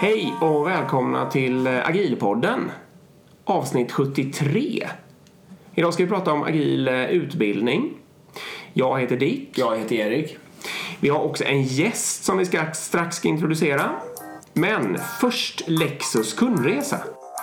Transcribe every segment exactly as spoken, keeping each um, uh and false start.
Hej och välkomna till Agilpodden, avsnitt sjuttiotre. Idag ska vi prata om agil utbildning. Jag heter Dick. Jag heter Erik. Vi har också en gäst som vi ska strax ska introducera. Men först Lexus kundresa.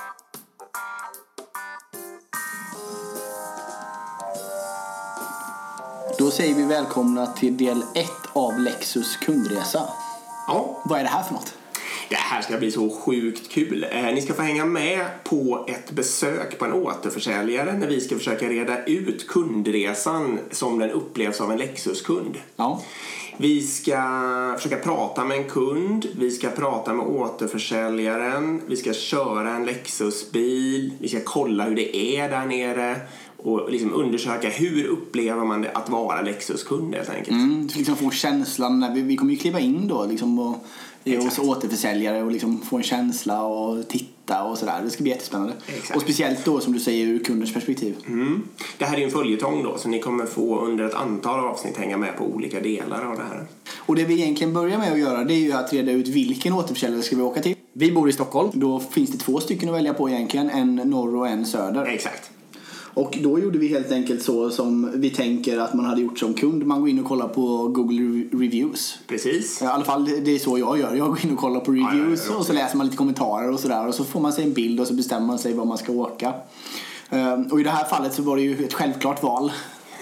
Då säger vi välkomna till del ett av Lexus kundresa. Ja. Vad är det här för något? Det här ska bli så sjukt kul. Eh, ni ska få hänga med på ett besök på en återförsäljare när vi ska försöka reda ut kundresan som den upplevs av en Lexus-kund. Ja. Vi ska försöka prata med en kund, vi ska prata med återförsäljaren, vi ska köra en Lexus-bil, vi ska kolla hur det är där nere och liksom undersöka hur upplever man det att vara Lexus-kund helt enkelt. Mm, så liksom få känslan, när vi, vi kommer ju kliva in då liksom och hos återförsäljare och liksom få en känsla och titta och sådär. Det ska bli jättespännande. Exakt. Och speciellt då som du säger ur kundens perspektiv. Mm. Det här är ju en följetong då, så ni kommer få under ett antal avsnitt hänga med på olika delar av det här. Och det vi egentligen börjar med att göra, det är ju att reda ut vilken återförsäljare ska vi åka till. Vi bor i Stockholm. Då finns det två stycken att välja på egentligen, en norr och en söder. Exakt. Och då gjorde vi helt enkelt så som vi tänker att man hade gjort som kund. Man går in och kollar på Google Reviews. Precis. I alla fall det är så jag gör. Jag går in och kollar på reviews ja, och så läser man lite kommentarer och sådär. Och så får man sig en bild och så bestämmer man sig var man ska åka. Och i det här fallet så var det ju ett självklart val.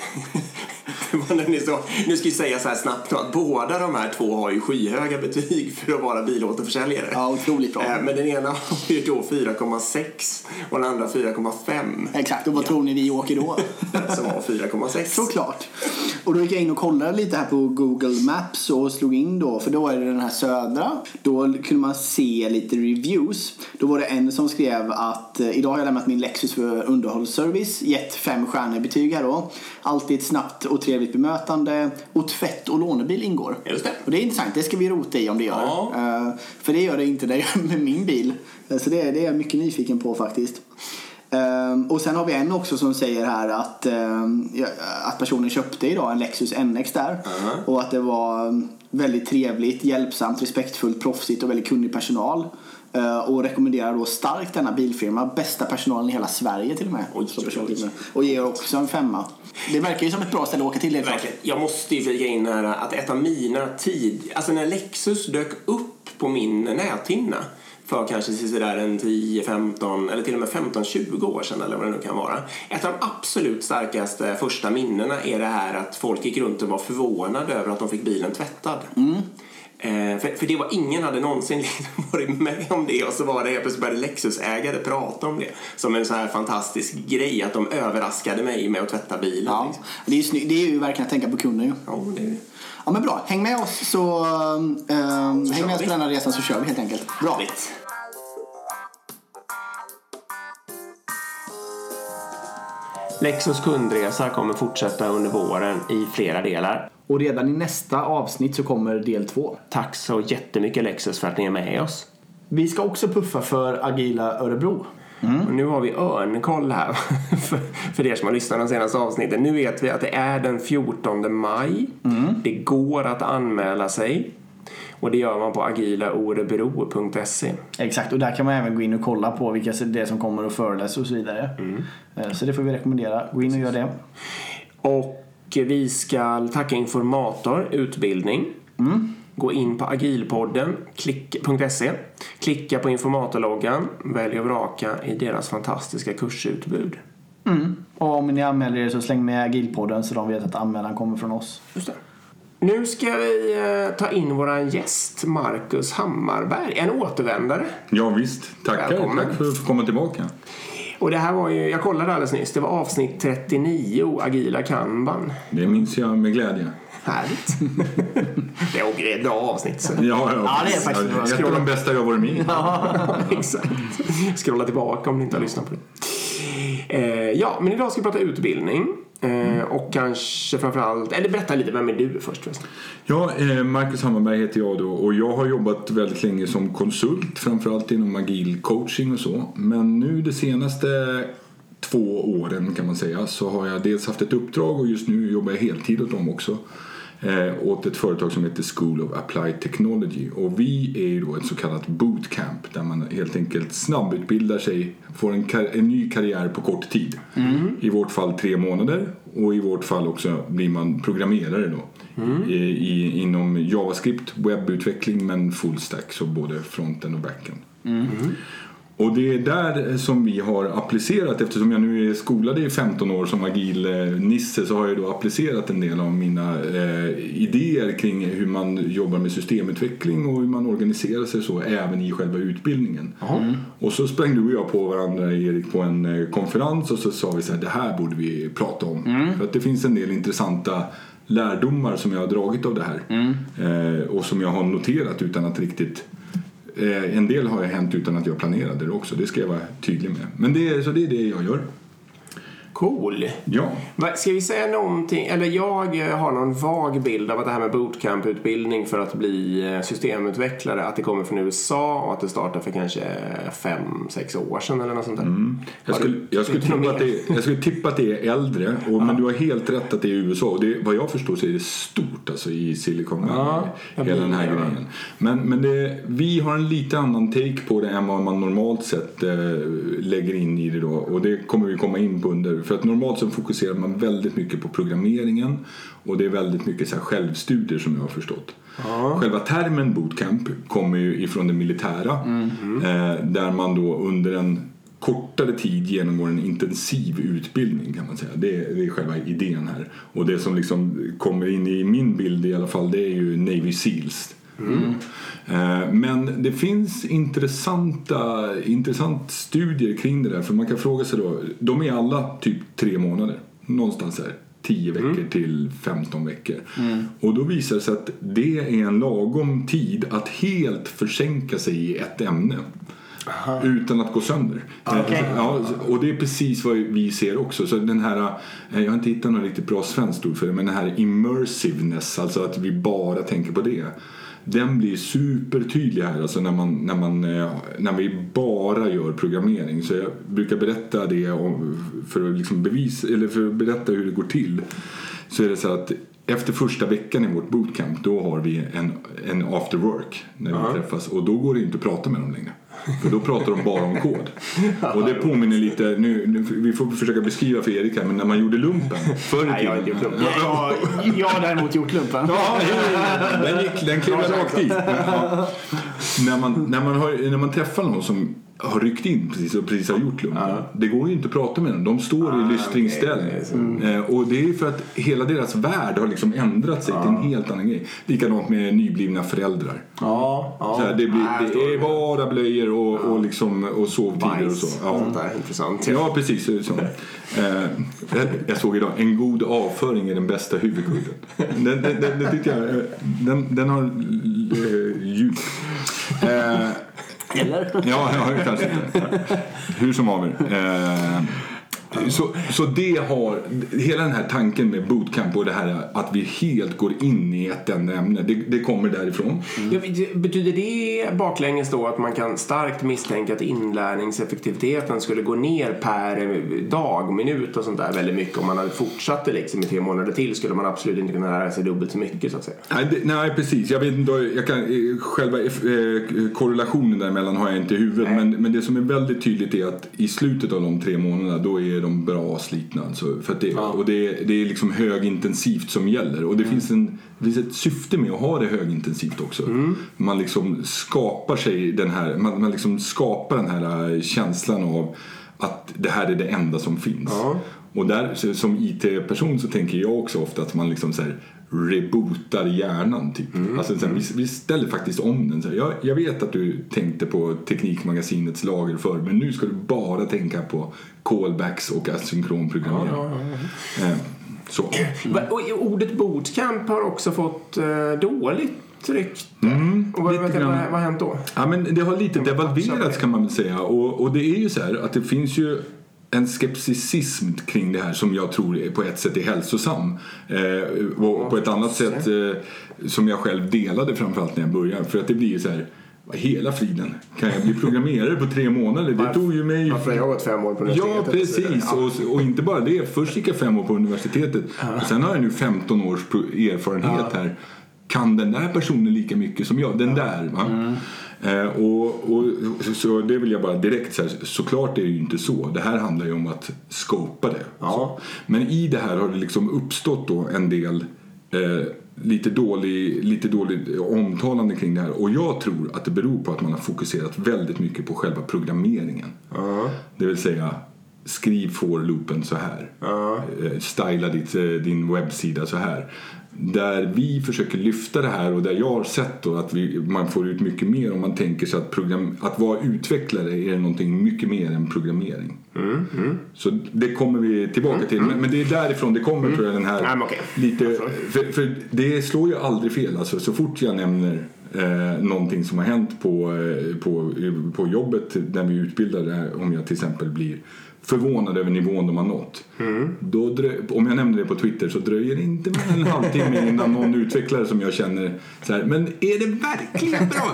så, nu ska jag säga så här snabbt att båda de här två har ju skyhöga betyg för att vara bilåterförsäljare. Ja, otroligt bra. Men den ena har ju då fyra komma sex och den andra fyra komma fem. Exakt, och vad ja. tror ni vi åker då? Som har fyra komma sex. Såklart. Och då gick jag in och kollade lite här på Google Maps och slog in då, för då är det den här södra. Då kunde man se lite reviews. Då var det en som skrev att eh, idag har jag lämnat min Lexus för underhållsservice, gett fem stjärnor betyg här då. Alltid ett snabbt och trevligt bemötande, och tvätt och lånebil ingår. Just det. Och det är intressant, det ska vi rota i om det gör. Ja. Uh, för det gör det inte det med min bil. Så det är, det är jag mycket nyfiken på faktiskt. Um, och sen har vi en också som säger här att, um, att personen köpte idag en Lexus N X där. Uh-huh. Och att det var väldigt trevligt, hjälpsamt, respektfullt, proffsigt och väldigt kunnig personal. Uh, och rekommenderar då starkt denna bilfirma, bästa personalen i hela Sverige till och med. Oj, oj, oj. Och ger också en femma. Det verkar ju som ett bra ställe att åka till. Verkligen. Jag måste ju flika in här att ett av mina tid, alltså när Lexus dök upp på min näthinna för kanske sådär en tio femton eller till och med femton tjugo år sedan eller vad det nu kan vara. Ett av de absolut starkaste första minnena är det här att folk gick runt och var förvånade över att de fick bilen tvättad. Mm. Eh, för, för det var ingen hade någonsin liksom varit med om det, och så var det helt plötsligt började Lexus-ägare prata om det som en så här fantastisk grej att de överraskade mig med att tvätta bilen. Ja, liksom. det, är ju snygg, det är ju verkligen att tänka på kunden ju. Ja, det är det. Ja, men bra, häng med oss så, um, så häng med oss på den här resan så kör vi helt enkelt. Bra. Rätt. Lexus kundresa kommer fortsätta under våren i flera delar. Och redan i nästa avsnitt så kommer del två. Tack så jättemycket Lexus för att ni är med oss. Vi ska också puffa för Agila Örebro. Mm. Och nu har vi örnkoll här för, för er som har lyssnat de senaste avsnitten. Nu vet vi att det är den fjortonde maj. Mm. Det går att anmäla sig. Och det gör man på agila orebro punkt se. Exakt, och där kan man även gå in och kolla på vilka det är som kommer och föreläser och så vidare. Mm. Så det får vi rekommendera. Gå in och gör det. Och vi ska tacka Informator utbildning. Mm. Gå in på agilpodden punkt se. Klicka på informatorloggan. Välj och vraka i deras fantastiska kursutbud. Mm. Och om ni anmäler er så släng med Agilpodden så de vet att anmälan kommer från oss. Just det. Nu ska vi eh, ta in våran gäst Marcus Hammarberg, en återvändare. Ja visst, tackar. Välkommen. Tack för att få komma tillbaka. Och det här var ju, jag kollade alldeles nyss, det var avsnitt trettionio, Agila Kanban. Det minns jag med glädje. Härligt. Det är ett bra avsnitt. Så. Ja, ja, ja, det är faktiskt bra. Ett av de bästa jag varit med i. Ja, exakt. Scrolla tillbaka om ni inte har lyssnat på det. Eh, ja, men idag ska vi prata utbildning. Eh, och kanske framförallt, eller berätta lite, vem är du först? först. Ja, eh, Marcus Hammarberg heter jag då. Och jag har jobbat väldigt länge som konsult. Framförallt inom agil coaching och så. Men nu de senaste två åren kan man säga så har jag dels haft ett uppdrag och just nu jobbar jag heltid åt dem också. eh, åt ett företag som heter School of Applied Technology. Och vi är ju då ett så kallat bootcamp där man helt enkelt snabbutbildar sig, får en, kar- en ny karriär på kort tid. Mm. I vårt fall tre månader och i vårt fall också blir man programmerare då. Mm. I, i, inom JavaScript, webbutveckling men full stack, så både fronten och backen. Mm. Och det är där som vi har applicerat, eftersom jag nu är skolad i femton år som agil nisse, så har jag då applicerat en del av mina eh, idéer kring hur man jobbar med systemutveckling och hur man organiserar sig så även i själva utbildningen. Mm. Och så sprang du och jag på varandra, Erik, på en konferens och så sa vi så här, det här borde vi prata om. Mm. För att det finns en del intressanta lärdomar som jag har dragit av det här. Mm. Eh, och som jag har noterat utan att riktigt... Eh, en del har hänt utan att jag planerade det också. Det ska jag vara tydlig med. Men det, så det är det jag gör. Cool. Ja. Ska vi säga någonting? Eller jag har någon vag bild av att det här med bootcamp-utbildning för att bli systemutvecklare, att det kommer från U S A och att det startar för kanske fem, sex år sedan eller något sånt där. Mm. Jag, skulle, jag, skulle tippa att det, jag skulle tippa att det är äldre, och, ja. Men du har helt rätt att det är U S A. Och det, vad jag förstår så är det stort alltså, i Silicon Valley, ja, hela den här det, grejen. Men, men det, vi har en lite annan take på det än vad man normalt sett äh, lägger in i det då. Och det kommer vi komma in på under. För att normalt så fokuserar man väldigt mycket på programmeringen och det är väldigt mycket så här självstudier som jag har förstått. Ja. Själva termen bootcamp kommer ju ifrån det militära mm. eh, där man då under en kortare tid genomgår en intensiv utbildning kan man säga. Det är, det är själva idén här. Och det som liksom kommer in i min bild i alla fall, det är ju Navy Seals. Mm. Men det finns intressanta intressant studier kring det där, för man kan fråga sig då, de är alla typ tre månader någonstans här, tio veckor mm. till femton veckor mm. och då visar det sig att det är en lagom tid att helt försänka sig i ett ämne. Aha. Utan att gå sönder. Okay. Ja, och det är precis vad vi ser också. Så den här, jag har inte hittat någon riktigt bra svenskt ord för det, men den här immersiveness, alltså att vi bara tänker på det, den blir supertydlig här alltså när man när man när vi bara gör programmering. Så jag brukar berätta det om, för att liksom bevisa eller för att berätta hur det går till. Så är det så att efter första veckan i vårt bootcamp då har vi en en after work när vi uh-huh. träffas, och då går det inte att prata med dem längre. För då pratar de bara om kod. Och det påminner lite nu, nu vi får försöka beskriva för Erik här, men när man gjorde lumpen förr i tiden. Nej, jag har inte gjort lumpen. Ja, jag har däremot gjort lumpen. Ja, den gick den klev rakt dit. Ja. När man när man har när man träffar någon som har ryckt in precis och precis har gjort lumpen. Ja. Det går ju inte att prata med dem. De står ah, i lystringsställning. Okay. Mm. Och det är för att hela deras värld har liksom ändrat sig ja. till en helt annan grej. Likadant med nyblivna föräldrar. Ja. ja. Så här, det, blir, det är bara blöjor och, och, liksom, och sovtider och så. Ja. Sånt där, intressant. Ja, precis. Så. eh, jag såg idag, en god avföring är den bästa huvudkudden. Den, den, den, den tyckte jag, den, den har eh, djup. Eh, Eller? Ja, ja, kanske inte. Hur som haver. Eh, så, så det har hela den här tanken med bootcamp och det här att vi helt går in i ett enda ämne, det, det kommer därifrån. Mm. Ja, betyder det baklänges då att man kan starkt misstänka att inlärningseffektiviteten skulle gå ner per dag, minut och sånt där väldigt mycket? Om man hade fortsatt det liksom i tre månader till skulle man absolut inte kunna lära sig dubbelt så mycket så att säga. Nej, det, nej precis. Jag vet inte, jag kan, själva eh, korrelationen däremellan har jag inte i huvudet, men, men det som är väldigt tydligt är att i slutet av de tre månaderna då är de bra slitna alltså, för att det, ja. och det, det är liksom högintensivt som gäller, och det, mm. finns en, det finns ett syfte med att ha det högintensivt också. Mm. Man liksom skapar sig den här man, man liksom skapar den här känslan av att det här är det enda som finns. Ja. Och där som I T-person så tänker jag också ofta att man liksom så här rebootar hjärnan typ. Mm. Alltså så här, vi, vi ställer faktiskt om den så här, jag, jag vet att du tänkte på Teknikmagasinets lager förr, men nu ska du bara tänka på callbacks och asynkron programmering. Ja, ja, ja. Eh, så. Mm. Och ordet bootcamp har också fått eh, dåligt rykte. Mm, och vad, vet, vad, vad har hänt då? Ja, men det har lite devalverats kan man väl säga, och, och det är ju så här att det finns ju en skepticism kring det här som jag tror på ett sätt är hälsosam, eh, och på ett annat sätt eh, som jag själv delade framförallt när jag började, för att det blir ju så här, hela friden, kan jag bli programmerare på tre månader? Det tog ju mig... Varför har jag gått fem år på universitetet? Ja, precis. Och, och inte bara det. Först gick jag fem år på universitetet. Och sen har jag nu femton års erfarenhet ja. här. Kan den där personen lika mycket som jag? Den ja. där, va? Mm. Eh, och, och så det vill jag bara direkt säga. Såklart är det ju inte så. Det här handlar ju om att skopa det. Ja. Men i det här har det liksom uppstått då en del... Eh, lite dålig, lite dålig omtalande kring det här. Och jag tror att det beror på att man har fokuserat väldigt mycket på själva programmeringen. Uh-huh. Det vill säga, skriv for-loopen så här. Uh-huh. Styla ditt, din webbsida så här. Där vi försöker lyfta det här och där jag har sett då att vi, man får ut mycket mer om man tänker sig att, program, att vara utvecklare är någonting mycket mer än programmering. Mm, mm. Så det kommer vi tillbaka mm, till. Men, men det är därifrån det kommer mm. tror jag den här mm, okay. lite, för, för det slår ju aldrig fel. Alltså, så fort jag nämner eh, någonting som har hänt på, eh, på, på jobbet när vi utbildar det här, om jag till exempel blir förvånad över nivån de har nått. Mm. Då drö- om jag nämner det på Twitter så dröjer det inte mer än en halvtimme innan någon utvecklare som jag känner så här, men är det verkligen bra?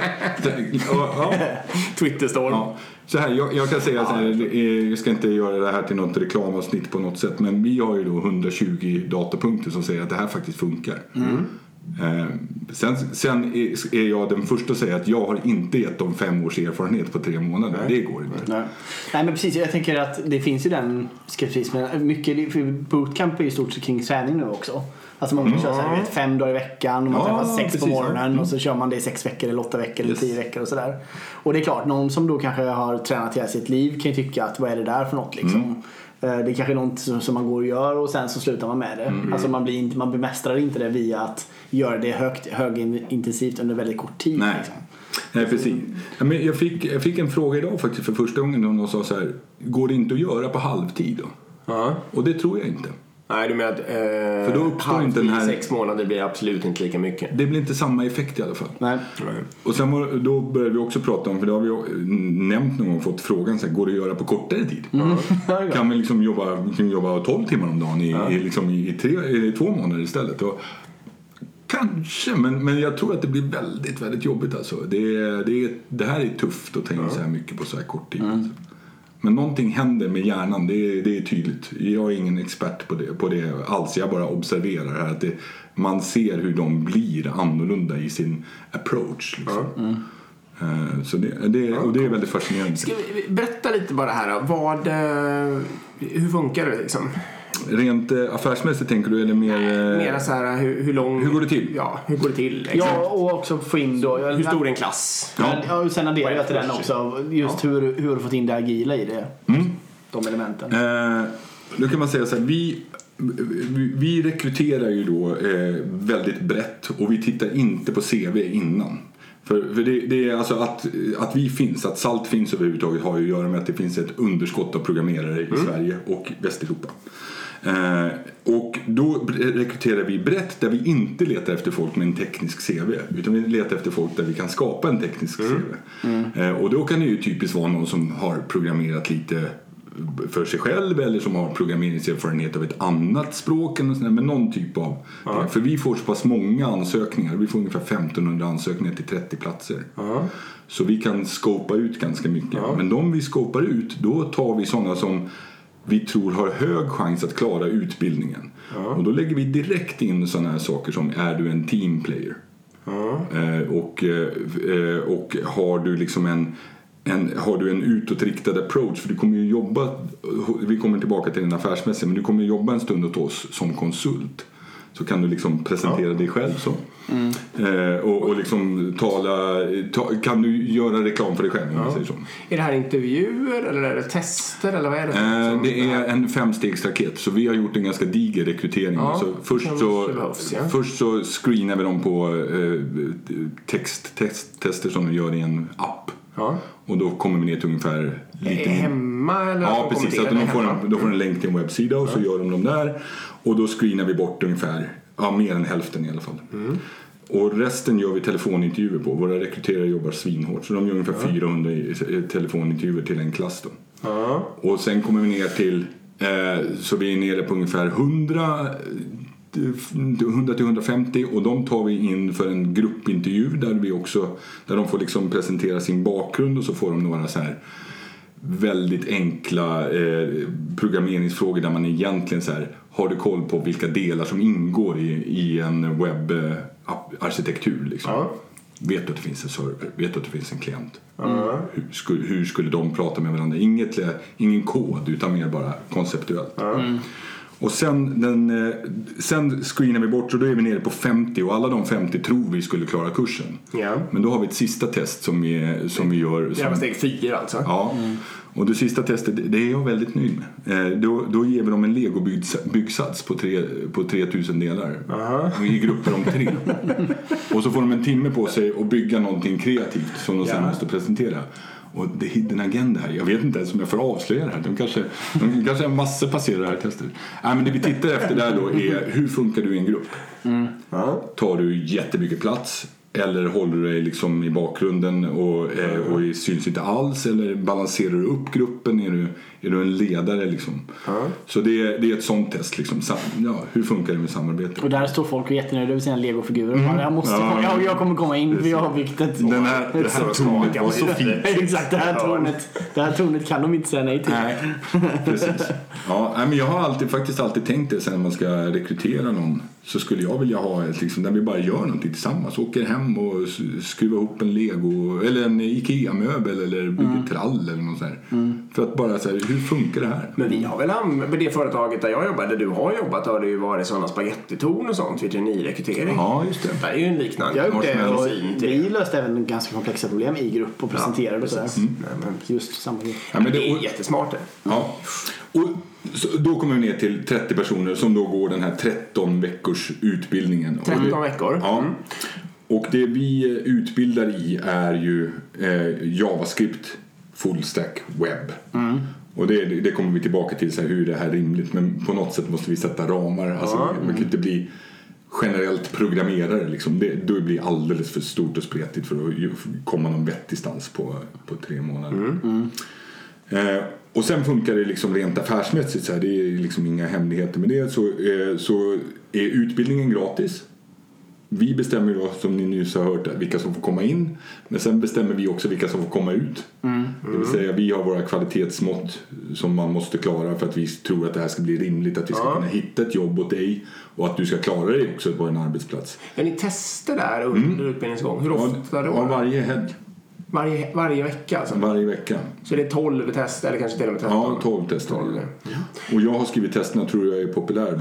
ja, ja. Twitterstorm. Ja. Så här, jag, jag kan säga så här, jag ska inte göra det här till något reklamavsnitt på något sätt, men vi har ju då hundratjugo datapunkter som säger att det här faktiskt funkar. Mm. Eh, sen, sen är, är jag den första att säga att jag har inte gett dem fem års erfarenhet på tre månader. Nej. Det går inte. Nej. Nej, men precis, jag tänker att det finns ju den skepticismen. Mycket, för bootcamp är ju stort kring träning nu också. Alltså man kan mm. köra så här, vet, fem dagar i veckan och man ja, träffas sex precis, på morgonen mm. och så kör man det i sex veckor eller åtta veckor yes. eller tio veckor och sådär. Och det är klart, någon som då kanske har tränat hela sitt liv kan ju tycka att vad är det där för något liksom. Mm. Det är kanske något som man går och gör och sen så slutar man med det. Mm. Alltså man, blir inte, man bemästrar inte det via att göra det högt, högintensivt under väldigt kort tid. Nej, liksom. Nej precis. Jag fick, jag fick en fråga idag faktiskt för första gången då någon sa så här, går det inte att göra på halvtid då? Uh-huh. Och det tror jag inte. Nej, du menar att eh, för då uppstår inte den här... sex månader blir absolut inte lika mycket. Det blir inte samma effekt i alla fall. Nej. Och sen var, då började vi också prata om, för det har vi nämnt någon gång, fått frågan så här, går det att göra på kortare tid? Mm. Kan vi liksom jobba, kan jobba tolv timmar om dagen i, ja. i, liksom i, tre, i två månader istället? Och, kanske, men, men jag tror att det blir väldigt, väldigt jobbigt alltså. Det, det, det här är tufft att tänka ja. så här mycket på så här kort tid. Mm. Men någonting händer med hjärnan, det är, det är tydligt. Jag är ingen expert på det, på det alls. Jag bara observerar här att det, man ser hur de blir annorlunda i sin approach. Liksom. Mm. Uh, så det, det, och det är väldigt fascinerande. Ska vi berätta lite bara här då? Vad, hur funkar det liksom? Rent äh, affärsmässigt tänker du eller mer äh, mera så här hur, hur lång hur går det till? Ja, hur går det till? Exakt. Ja, och också få in då hur stor är en klass? Ja, ja och sen adderar jag till den också just ja. hur hur har du fått in det agila i det? Mm. De elementen. Eh, då kan man säga så här, vi vi, vi rekryterar ju då eh, väldigt brett och vi tittar inte på C V innan. För, för det, det är alltså att, att vi finns, att SALT finns överhuvudtaget har ju att göra med att det finns ett underskott av programmerare i mm. Sverige och Västeuropa. Eh, och då rekryterar vi brett där vi inte letar efter folk med en teknisk C V utan vi letar efter folk där vi kan skapa en teknisk mm. C V. Mm. Eh, och då kan det ju typiskt vara någon som har programmerat lite för sig själv eller som har programmeringserfarenhet av ett annat språk eller sådär, med någon typ av ja. För vi får så pass många ansökningar, vi får ungefär femtonhundra ansökningar till trettio platser ja. Så vi kan skopa ut ganska mycket ja. Men de vi skopar ut, då tar vi sådana som vi tror har hög chans att klara utbildningen ja. Och då lägger vi direkt in sådana här saker som är du en teamplayer ja. eh, och, eh, och har du liksom en En, har du en utåtriktad approach, för du kommer ju jobba, vi kommer tillbaka till den affärsmässiga, men du kommer ju jobba en stund åt oss som konsult, så kan du liksom presentera ja. dig själv så mm. eh, och, och liksom tala ta, kan du göra reklam för dig själv ja. säger så. Är det här intervjuer eller är det tester eller vad är det? Eh, det är en femstegsraket, så vi har gjort en ganska diger rekrytering ja. så först så behövs, ja. först så screenar vi dem på eh, text, text, tester som de gör i en app. Ja. Och då kommer vi ner till ungefär lite hemma eller ja precis, så att de får en, de får en länk till en webbsida och så ja. gör de dem där och då screenar vi bort ungefär ja, mer än hälften i alla fall mm. och resten gör vi telefonintervjuer på. Våra rekryterare jobbar svinhårt, så de gör ungefär ja. fyrahundra telefonintervjuer till en klass då. Ja. Och sen kommer vi ner till eh, så vi är nere på ungefär hundra hundra till hundrafemtio och de tar vi in för en gruppintervju där vi också där de får liksom presentera sin bakgrund och så får de några så här väldigt enkla eh, programmeringsfrågor där man egentligen så här har du koll på vilka delar som ingår i, i en webbarkitektur liksom. Ja. Vet du att det finns en server? Vet du att det finns en klient? Mm. Hur, skulle, hur skulle de prata med varandra? Inget, ingen kod utan mer bara konceptuellt. Mm. Och sen, den, sen screenar vi bort och då är vi nere på femtio och alla de femtio tror vi skulle klara kursen. Yeah. Men då har vi ett sista test som vi, som vi gör. Som, det var steg fyra alltså. Ja, mm. Och det sista testet, det är jag väldigt nöjd med. Eh, då, då ger vi dem en Lego-byggsats på, tre, på tre tusen delar. Uh-huh. I grupper om tre. Och så får de en timme på sig att bygga någonting kreativt som de sen yeah. måste presentera. Och det är hidden agenda här. Jag vet inte ens om jag får avslöja det här. De kanske, de kanske en massa passerar det här testet. Nej, men det vi tittar efter där då är hur funkar du i en grupp? Mm. Tar du jättemycket plats? Eller håller du dig liksom i bakgrunden och, eh, och syns inte alls? Eller balanserar du upp gruppen? Är du, är du en ledare liksom? Mm. Så det är, det är ett sånt test liksom. Ja, hur funkar det med samarbete? Och där står folk och är jättenöjda över sina legofigurer. Mm. Jag, måste, ja, jag, jag kommer komma in för jag har viktet. Den här, det här tornet var så fint. Exakt, det här tornet, det här tornet kan de inte säga nej till. Nej, precis. Ja, men jag har alltid, faktiskt alltid tänkt det sen man ska rekrytera någon. Så skulle jag vilja ha ett liksom, där vi bara gör någonting tillsammans. Åker hem och skruvar ihop en Lego eller en Ikea-möbel eller bygger mm. trall eller något sånt. Mm. För att bara säga, hur funkar det här? Men vi har väl med det företaget där jag jobbade, du har jobbat, har det ju varit sådana spagettitorn och sånt vid traineerekrytering. Ja, just det. Det är ju en liknande. Jag gjorde det och vi löste även ganska komplexa problem i grupp och presenterade ja, och sådär. Mm. Nej, men just samarbete. Ja, men det, det är jättesmart det. Ja. Och så då kommer vi ner till trettio personer som då går den här tretton veckors utbildningen. tretton veckor? Ja. Mm. Och det vi utbildar i är ju eh, JavaScript full stack webb. Mm. Och det, det kommer vi tillbaka till så här, hur det här är rimligt. Men på något sätt måste vi sätta ramar. Alltså, mm. Man kan inte bli generellt programmerare. Liksom. Det, då blir alldeles för stort och spretigt för att komma någon vettig stans på, på tre månader. Mm. Mm. Eh, och sen funkar det liksom rent affärsmässigt så här, det är liksom inga hemligheter med det, så, eh, så är utbildningen gratis. Vi bestämmer då, som ni nyss har hört, vilka som får komma in, men sen bestämmer vi också vilka som får komma ut. Mm. Mm. Det vill säga vi har våra kvalitetsmått som man måste klara för att vi tror att det här ska bli rimligt, att vi ska ja. kunna hitta ett jobb åt dig och att du ska klara dig också på en arbetsplats. Är ni tester där under mm. utbildningsgång? Hur ofta ja, då? Ja, varje helg. Varje, varje vecka alltså? Varje vecka. Så det är tolv tester eller kanske till och med tretton? Ja, tolv tester. tolv. Och jag har skrivit testerna, tror jag är populär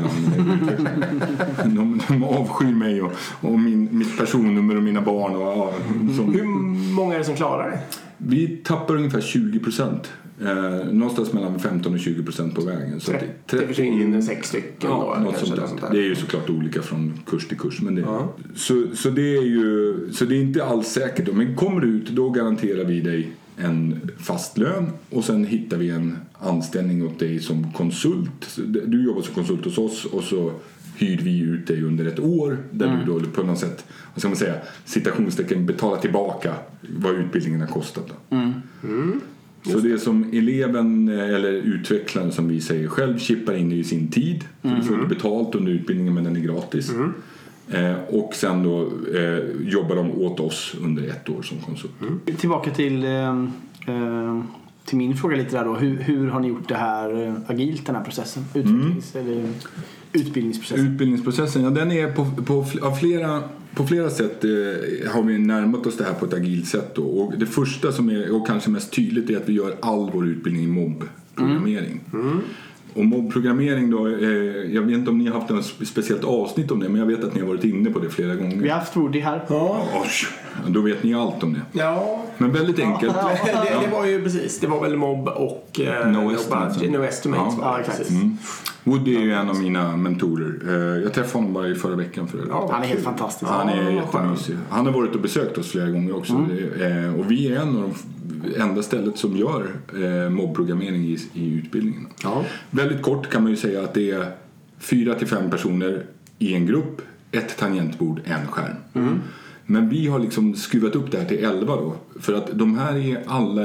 bland de, de avskyr mig och, och min, mitt personnummer och mina barn. Och, ja, som. Hur många är det som klarar det? Vi tappar ungefär tjugo procent. Eh, någonstans mellan femton och tjugo procent på vägen. Så trettio, trettio försvinner sex stycken. Ja, då, något sånt där. Sånt där. Det är ju såklart olika från kurs till kurs. Men det, ja. så, så, det är ju, så det är inte alls säkert. Men kommer du ut, då garanterar vi dig en fast lön. Och sen hittar vi en anställning åt dig som konsult. Du jobbar som konsult hos oss och så hyr vi ut dig under ett år. Där mm. du då på något sätt, vad ska man säga, citationstecken betalar tillbaka vad utbildningen har kostat. Då. Mm. Mm. Så det är som eleven eller utvecklaren, som vi säger själv, chippar in i sin tid. Mm. Du får betalt under utbildningen, men den är gratis. Mm. Eh, och sen då eh, jobbar de åt oss under ett år som konsult. Mm. Tillbaka till, eh, till min fråga lite där då. Hur, hur har ni gjort det här agilt, den här processen? Utvecklings- mm. eller utbildningsprocessen? Utbildningsprocessen, ja, den är på, på, av flera... På flera sätt eh, har vi närmat oss det här på ett agilt sätt då. Och det första som är, och kanske mest tydligt, är att vi gör all vår utbildning i mobbprogrammering. Mm. Mm. Och mobbprogrammering då, eh, jag vet inte om ni har haft något speciellt avsnitt om det, men jag vet att ni har varit inne på det flera gånger. Vi har haft Woody här. Ja. Oh, då vet ni allt om det. Ja. Men väldigt enkelt. Ja, det, det var ju precis, det var väl mobb och eh, no estimate. No estimate. Ja, exakt. Mm. Woody är ju en av mina mentorer. Jag träffade honom bara i förra veckan. För ja, han är helt fantastisk. Han är jättemysig. Han har varit och besökt oss flera gånger också. Mm. Och vi är en av de enda stället som gör mobbprogrammering i, i utbildningen. Ja. Väldigt kort kan man ju säga att det är fyra till fem personer i en grupp, ett tangentbord, en skärm. Mm. Men vi har liksom skruvat upp det här till elva då. För att de här är alla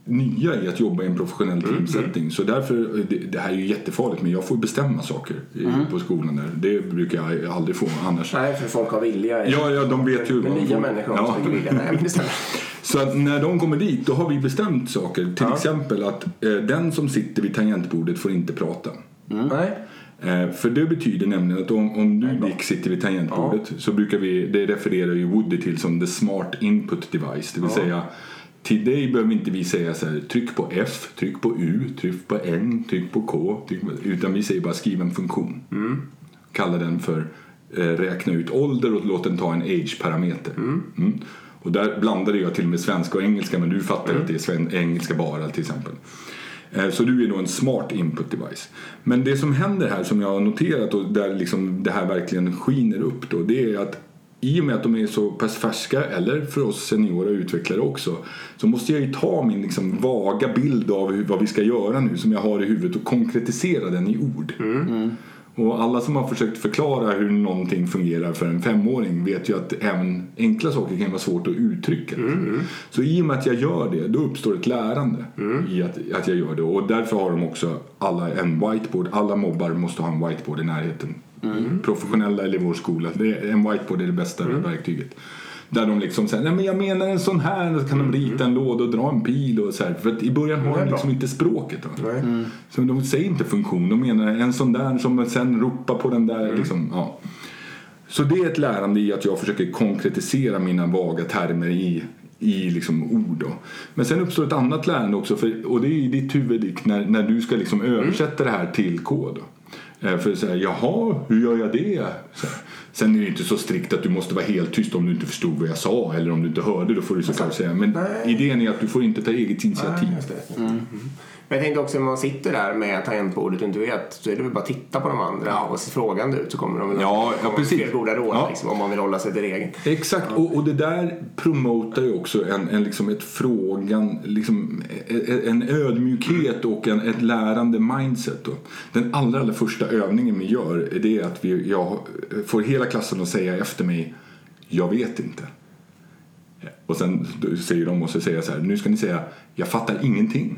nya i att jobba i en professionell teamsetting. Mm. Så därför, det, det här är ju jättefarligt, men jag får bestämma saker mm. på skolan där. Det brukar jag aldrig få annars. Nej, för folk har vilja. Ja, ja, de vet ju. Men nya människor ja. som vilja. Nej, men det så att när de kommer dit, då har vi bestämt saker. Till ja. exempel att eh, den som sitter vid tangentbordet får inte prata. Mm. Nej. Eh, för det betyder nämligen att om, om du Dick sitter vid tangentbordet ja. så brukar vi, det refererar ju Woody till som the smart input device. Det vill ja. säga, till dig behöver inte vi säga så här, tryck på F, tryck på U, tryck på N, tryck på K. Tryck på, utan vi säger bara skriv en funktion. Mm. Kalla den för eh, räkna ut ålder och låt den ta en age-parameter. Mm. Mm. Och där blandade jag till och med svenska och engelska, men du fattar mm. att det är sven- engelska bara till exempel. Så du är då en smart input device. Men det som händer här som jag har noterat och där liksom det här verkligen skiner upp då, det är att i och med att de är så pass färska, eller för oss seniora utvecklare också, så måste jag ju ta min liksom vaga bild av hur, vad vi ska göra nu som jag har i huvudet och konkretisera den i ord. Mm. Mm. Och alla som har försökt förklara hur någonting fungerar för en femåring vet ju att även enkla saker kan vara svårt att uttrycka. Mm. Så i och med att jag gör det, då uppstår ett lärande mm. i att, att jag gör det. Och därför har de också alla en whiteboard. Alla mobbar måste ha en whiteboard i närheten. Mm. Professionella eller i vår skola. Det är, en whiteboard är det bästa mm. verktyget. Där de liksom säger, nej men jag menar en sån här, så kan de rita en låda och dra en pil och så här. För att i början har de liksom inte språket. Mm. Så de säger inte funktion, de menar en sån där som sen ropar på den där. Mm. Liksom, ja. Så det är ett lärande i att jag försöker konkretisera mina vaga termer i, i liksom ord då. Men sen uppstår ett annat lärande också, för, och det är i ditt huvud när, när du ska liksom översätta det här till kod. För att säga, jaha, hur gör jag det? Så här. Sen är det inte så strikt att du måste vara helt tyst om du inte förstod vad jag sa, eller om du inte hörde, då får du såklart säga. Men nej. Idén är att du får inte ta eget initiativ. Nej, mm. Men jag tänkte också när man sitter där med tangentbordet och inte vet, så är det väl bara att titta på de andra ja. och se frågan ut, så kommer de väl ja, ja, precis. fler goda råd ja. liksom, om man vill hålla sig till regeln. Exakt, ja. och, och det där promotar ju också en, en, liksom ett frågan, liksom, en ödmjukhet och en, ett lärande mindset. Då. Den allra, allra första övningen vi gör är det att vi, jag får hela klassen att säga efter mig, jag vet inte. Och sen säger de och så säger jag så här, nu ska ni säga, jag fattar ingenting.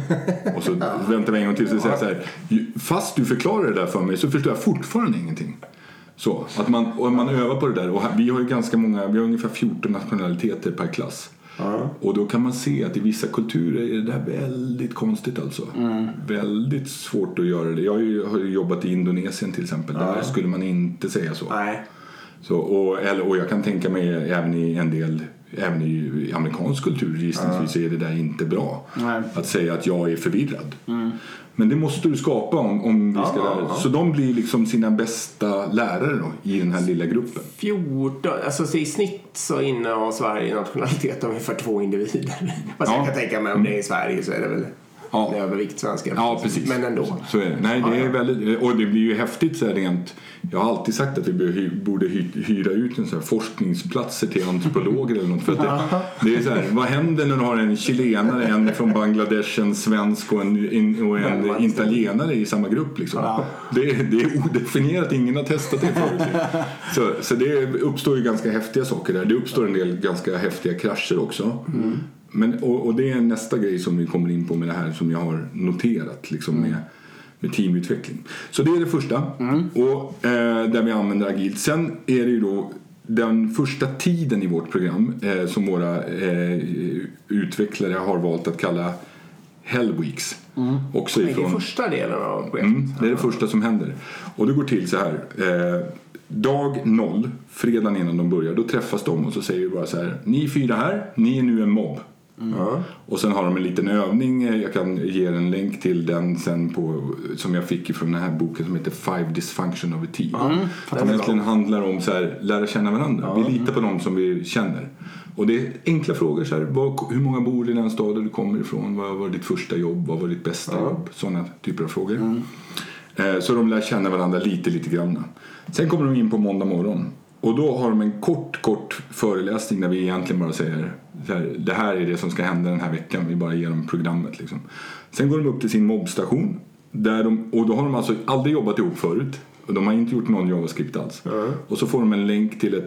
Och så väntar vi en gång till och säger så här, fast du förklarar det där för mig så förstår jag fortfarande ingenting. Så att man, och man övar på det där, och vi har ju ganska många, vi har ungefär fjorton nationaliteter per klass. Mm. Och då kan man se att i vissa kulturer är det där väldigt konstigt alltså. Mm. Väldigt svårt att göra det. Jag har ju, har ju jobbat i Indonesien till exempel, mm. där skulle man inte säga så. Nej. Så och, eller, och jag kan tänka mig även i en del, även i amerikansk kultur gissningsvis mm. är det där inte bra. Nej. Att säga att jag är förvirrad. Mm. Men det måste du skapa om, om vi ska ja, lära. Ja. Så de blir liksom sina bästa lärare då, i den här lilla gruppen. fjorton, alltså i snitt så innehar Sverige nationalitet av ungefär två individer. Fast ja. jag kan tänka mig om det är i Sverige så är det väl ja. övervikt svenska. Ja, precis. Men ändå. Så är det. Nej, det är väldigt, och det blir ju häftigt så här rent. Jag har alltid sagt att vi borde hyra ut en så här forskningsplatser till antropologer eller något. För att det, det är så här, vad händer när du har en chilenare, en från Bangladesh, en svensk och en, en, och en italienare i samma grupp liksom. Ja. Det, det är odefinierat, ingen har testat det förut. Så, så det uppstår ju ganska häftiga saker där. Det uppstår en del ganska häftiga krascher också. Mm. Men, och, och det är nästa grej som vi kommer in på med det här som jag har noterat liksom med, med teamutveckling. Så det är det första. Mm. Och eh, där vi använder agilt. Sen är det ju då den första tiden i vårt program eh, som våra eh, utvecklare har valt att kalla Hell Weeks. Mm. Också ifrån, det är första delen av programmet. Mm, det är det första som händer. Och det går till så här. Eh, dag noll, fredagen innan de börjar, då träffas de och så säger vi bara så här: ni fyra här, ni är nu en mobb. Mm. Och sen har de en liten övning, jag kan ge en länk till den sen på, som jag fick från den här boken som heter Five Dysfunction of a Team. Mm. Som egentligen handlar om så här, lära känna varandra. Mm. Vi litar på dem som vi känner. Och det är enkla frågor så här, vad, hur många bor i den staden du kommer ifrån, vad var ditt första jobb, vad var ditt bästa mm. jobb, sådana typer av frågor. Mm. eh, Så de lär känna varandra lite, lite grann. Sen kommer de in på måndag morgon. Och då har de en kort, kort föreläsning där vi egentligen bara säger så här, det här är det som ska hända den här veckan. Vi bara ger dem programmet liksom. Sen går de upp till sin mobbstation. Där de, och då har de alltså aldrig jobbat ihop förut. Och de har inte gjort någon JavaScript alls. Mm. Och så får de en länk till ett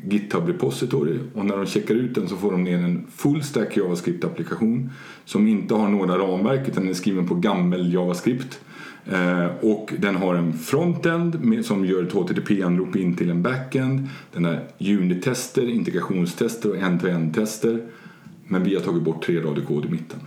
GitHub repository, och när de checkar ut den så får de ner en full stack JavaScript-applikation som inte har några ramverk utan den är skriven på gammel JavaScript. Eh, och den har en frontend med, som gör ett H T T P-anrop in till en backend. Den har unit-tester, integrationstester och end-to-end-tester. Men vi har tagit bort tre rader kod i mitten.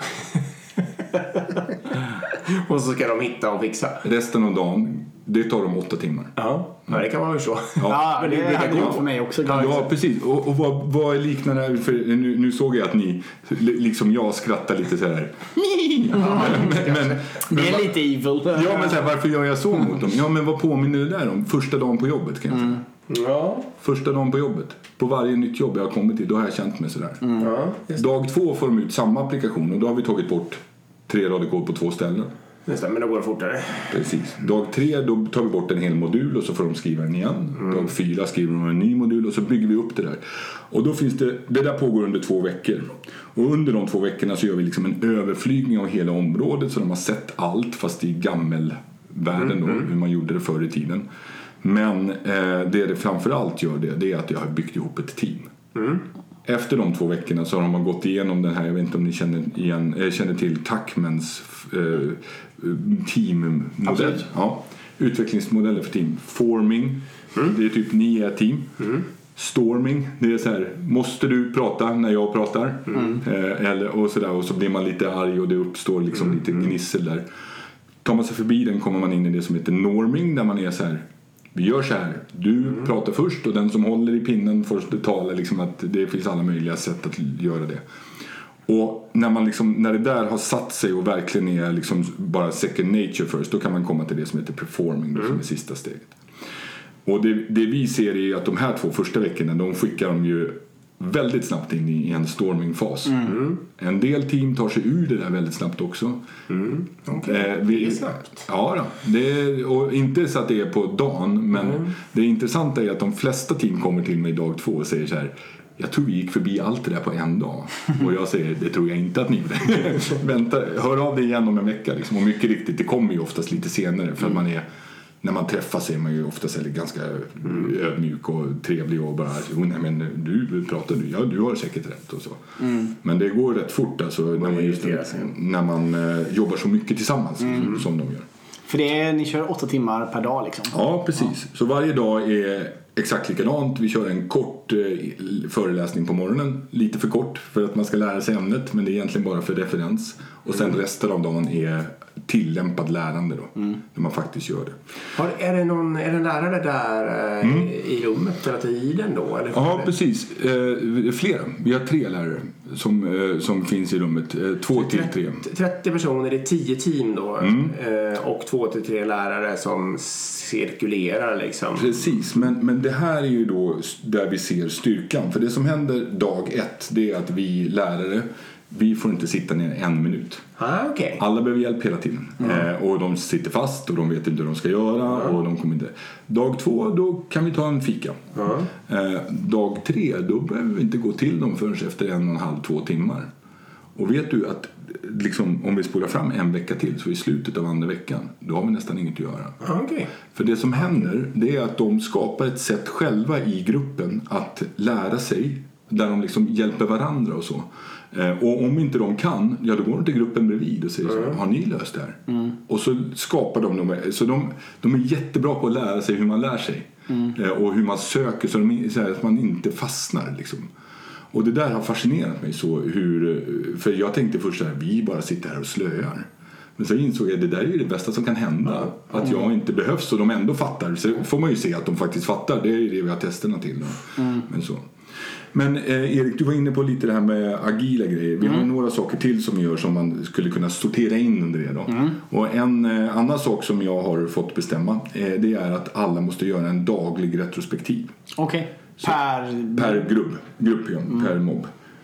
Och så ska de hitta och fixa. Resten av dagen, det tar de åtta timmar. Ja, ja det kan man väl så. Ja, ja men det, det hade gått för mig också. Ja, precis. Och, och vad, vad är liknande? För nu, nu såg jag att ni, liksom jag, skrattar lite så här. Ja, men, men, men, det är lite evil. Ja, men så här, varför gör jag så mot dem? Ja, men vad påminner det där om? Första dagen på jobbet, kan jag säga. Mm. Ja. Första dagen på jobbet. På varje nytt jobb jag har kommit till, då har jag känt mig sådär. Mm. Ja, dag två får de ut samma applikation och då har vi tagit bort tre rader kod på två ställen. Just det, men då går det fortare. Precis. Dag tre, då tar vi bort en hel modul och så får de skriva den igen. Mm. Dag fyra skriver de en ny modul och så bygger vi upp det där. Och då finns det, det där pågår under två veckor. Och under de två veckorna så gör vi liksom en överflygning av hela området så de har sett allt fast i gammelvärlden då, mm. hur man gjorde det förr i tiden. Men eh, det det framförallt gör det, det är att jag har byggt ihop ett team. Mm. Efter de två veckorna så har man gått igenom den här, jag vet inte om ni känner, igen, äh, känner till Tuckmans äh, teammodell. Ja, utvecklingsmodeller för team. Forming, mm. det är typ ni är team. Mm. Storming, det är så här, måste du prata när jag pratar? Mm. Äh, eller, och, så där, och så blir man lite arg och det uppstår liksom mm. lite gnissel där. Tar man sig förbi den kommer man in i det som heter norming, där man är så här. Vi gör så här, du mm. pratar först och den som håller i pinnen får tala liksom, att det finns alla möjliga sätt att göra det. Och när, man liksom, när det där har satt sig och verkligen är liksom bara second nature först, då kan man komma till det som heter performing, mm. som är sista steget. Och det, det vi ser är att de här två första veckorna, de skickar de ju väldigt snabbt in i en stormingfas. Mm. En del team tar sig ur det där väldigt snabbt också. Mm. Okay. Eh, vi, det är snabbt. Ja då. Det är, och inte så att det är på dagen, men mm. det intressanta är att de flesta team kommer till mig dag två och säger så här: jag tror vi gick förbi allt det där på en dag. Och jag säger, det tror jag inte att ni gjorde. Vänta, hör av dig igen om en vecka liksom. Och mycket riktigt, det kommer ju oftast lite senare för mm. att man är, när man träffas är man ju oftast ganska mm. ödmjuk och trevlig och bara, jo, nej, men du pratar nu, ja du har säkert rätt och så. Mm. Men det går rätt fort alltså, när man, just, när man uh, jobbar så mycket tillsammans mm. som de gör. För det är, ni kör åtta timmar per dag liksom? Ja, precis. Ja. Så varje dag är exakt likadant. Vi kör en kort eh, föreläsning på morgonen. Lite för kort för att man ska lära sig ämnet, men det är egentligen bara för referens. Och sen mm. resten av dagen är tillämpad lärande då, mm. när man faktiskt gör det. Har, är, det någon, är det en lärare där eh, mm. i rummet hela tiden då? Eller ja, precis. Eh, flera. Vi har tre lärare som, eh, som finns i rummet. Eh, två till tre. trettio personer, det är tio team då. Mm. Eh, och två till tre lärare som cirkulerar liksom. Precis, men, men det här är ju då där vi ser styrkan. För det som händer dag ett, det är att vi lärare, vi får inte sitta ner en minut. Ah, okay. Alla behöver hjälp hela tiden. Mm. Eh, och de sitter fast och de vet inte hur de ska göra. Mm. Och de kommer inte. Dag två, då kan vi ta en fika. Mm. Eh, dag tre, då behöver vi inte gå till dem förrän efter en och en halv, två timmar. Och vet du att liksom, om vi spolar fram en vecka till, så i slutet av andra veckan, då har vi nästan inget att göra. Ah, okay. För det som händer, det är att de skapar ett sätt själva i gruppen att lära sig, där de liksom hjälper varandra och så. Och om inte de kan, ja då går de till gruppen bredvid och säger så, mm. har ni löst det här? Mm. Och så skapar de dem. Så de, de är jättebra på att lära sig hur man lär sig. Mm. Och hur man söker så, de, så att man inte fastnar liksom. Och det där har fascinerat mig så hur, för jag tänkte först så här, vi bara sitter här och slöar. Men så insåg jag att det där är ju det bästa som kan hända. Mm. Att jag inte behövs och de ändå fattar. Så får man ju se att de faktiskt fattar. Det är det vi har testerna till. Mm. Men så. Men eh, Erik, du var inne på lite det här med agila grejer. Vi mm. har några saker till som vi gör som man skulle kunna sortera in under det då. Mm. Och en eh, annan sak som jag har fått bestämma, eh, det är att alla måste göra en daglig retrospektiv. Okej. Okay. Per... Per grupp, grupp ja, mm. per mobb.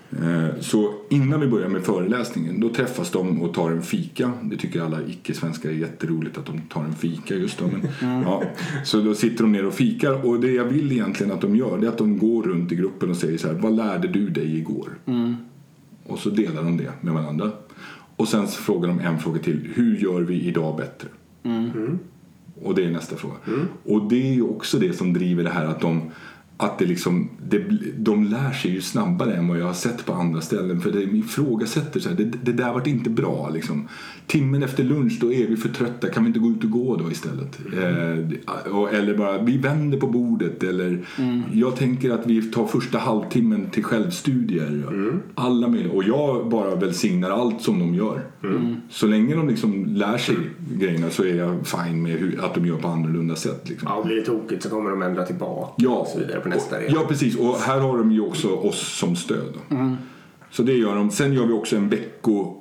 Så innan vi börjar med föreläsningen, då träffas de och tar en fika. Det tycker alla icke-svenskar är jätteroligt att de tar en fika just då. Men, mm. ja. Så då sitter de ner och fikar. Och det jag vill egentligen att de gör, det är att de går runt i gruppen och säger så här: vad lärde du dig igår? Mm. Och så delar de det med varandra. Och sen frågar de en fråga till: hur gör vi idag bättre? Mm. Och det är nästa fråga. Mm. Och det är ju också det som driver det här att de att det liksom, det, de lär sig ju snabbare än vad jag har sett på andra ställen. För det ifrågasätter så här, det, det där vart inte bra liksom. Timmen efter lunch, då är vi för trötta. Kan vi inte gå ut och gå då istället? Mm. Eh, och, eller bara, vi vänder på bordet. Eller mm. jag tänker att vi tar första halvtimmen till självstudier. Mm. Alla med, och jag bara välsignar allt som de gör. Mm. Så länge de liksom lär sig grejerna så är jag fine med hur, att de gör på annorlunda sätt. Liksom. Ja, blir det tokigt så kommer de ändra tillbaka ja. och så vidare på nästa del. Ja, precis. Och här har de ju också oss som stöd. Mm. Så det gör de. Sen gör vi också en vecko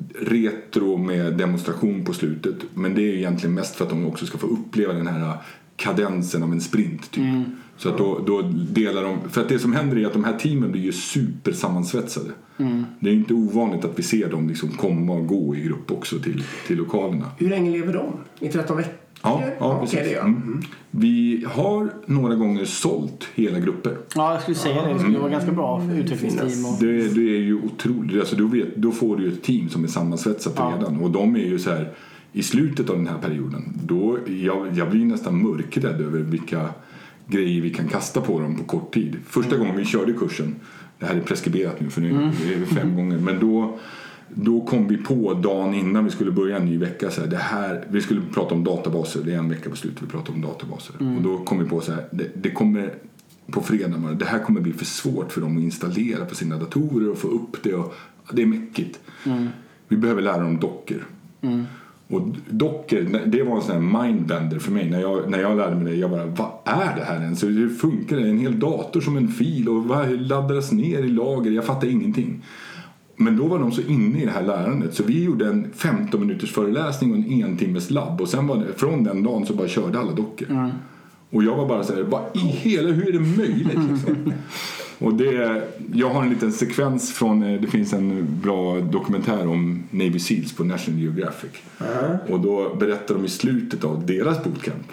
retro med demonstration på slutet. Men det är egentligen mest för att de också ska få uppleva den här kadensen av en sprint typ. Mm. Så att då, då delar de, för att det som händer är att de här teamen blir ju supersammansvetsade. Mm. Det är inte ovanligt att vi ser dem liksom komma och gå i grupp också till, till lokalerna. Hur länge lever de? I tretton veckor? Ja, ja, precis. Okay, det mm. Mm. Vi har några gånger sålt hela grupper. Ja, jag skulle säga det. Det skulle vara ganska bra för utvecklingsteam. Och... Det, det är ju otroligt. Alltså, då, vet, då får du ju ett team som är sammansvetsat ja. redan. Och de är ju så här, i slutet av den här perioden, då jag, jag blir nästan mörkrädd över vilka grejer vi kan kasta på dem på kort tid. Första mm. gången vi körde kursen, det här är preskriberat nu för nu mm. är det fem gånger, men då Då kom vi på dagen innan vi skulle börja en ny vecka så här, det här, vi skulle prata om databaser, det är en vecka på slutet vi pratar om databaser. Mm. Och då kom vi på så här, det, det kommer på fredag, det här kommer bli för svårt för dem att installera på sina datorer och få upp det och det är mäckigt. Mm. Vi behöver lära dem docker. Mm. Och docker, det var en sån här mindbender för mig när jag, när jag lärde mig det. Jag bara, vad är det här ens? Hur funkar det? En hel dator som en fil och vad laddades ner i lager? Jag fattar ingenting. Men då var de så inne i det här lärandet så vi gjorde en femton minuters föreläsning och en en timmes labb och sen var det, från den dagen så bara körde alla dockor. Mm. Och jag var bara så här, vad i hela, hur är det möjligt liksom? Och det, jag har en liten sekvens från, det finns en bra dokumentär om Navy Seals på National Geographic. Mm. Och då berättar de i slutet av deras bootcamp.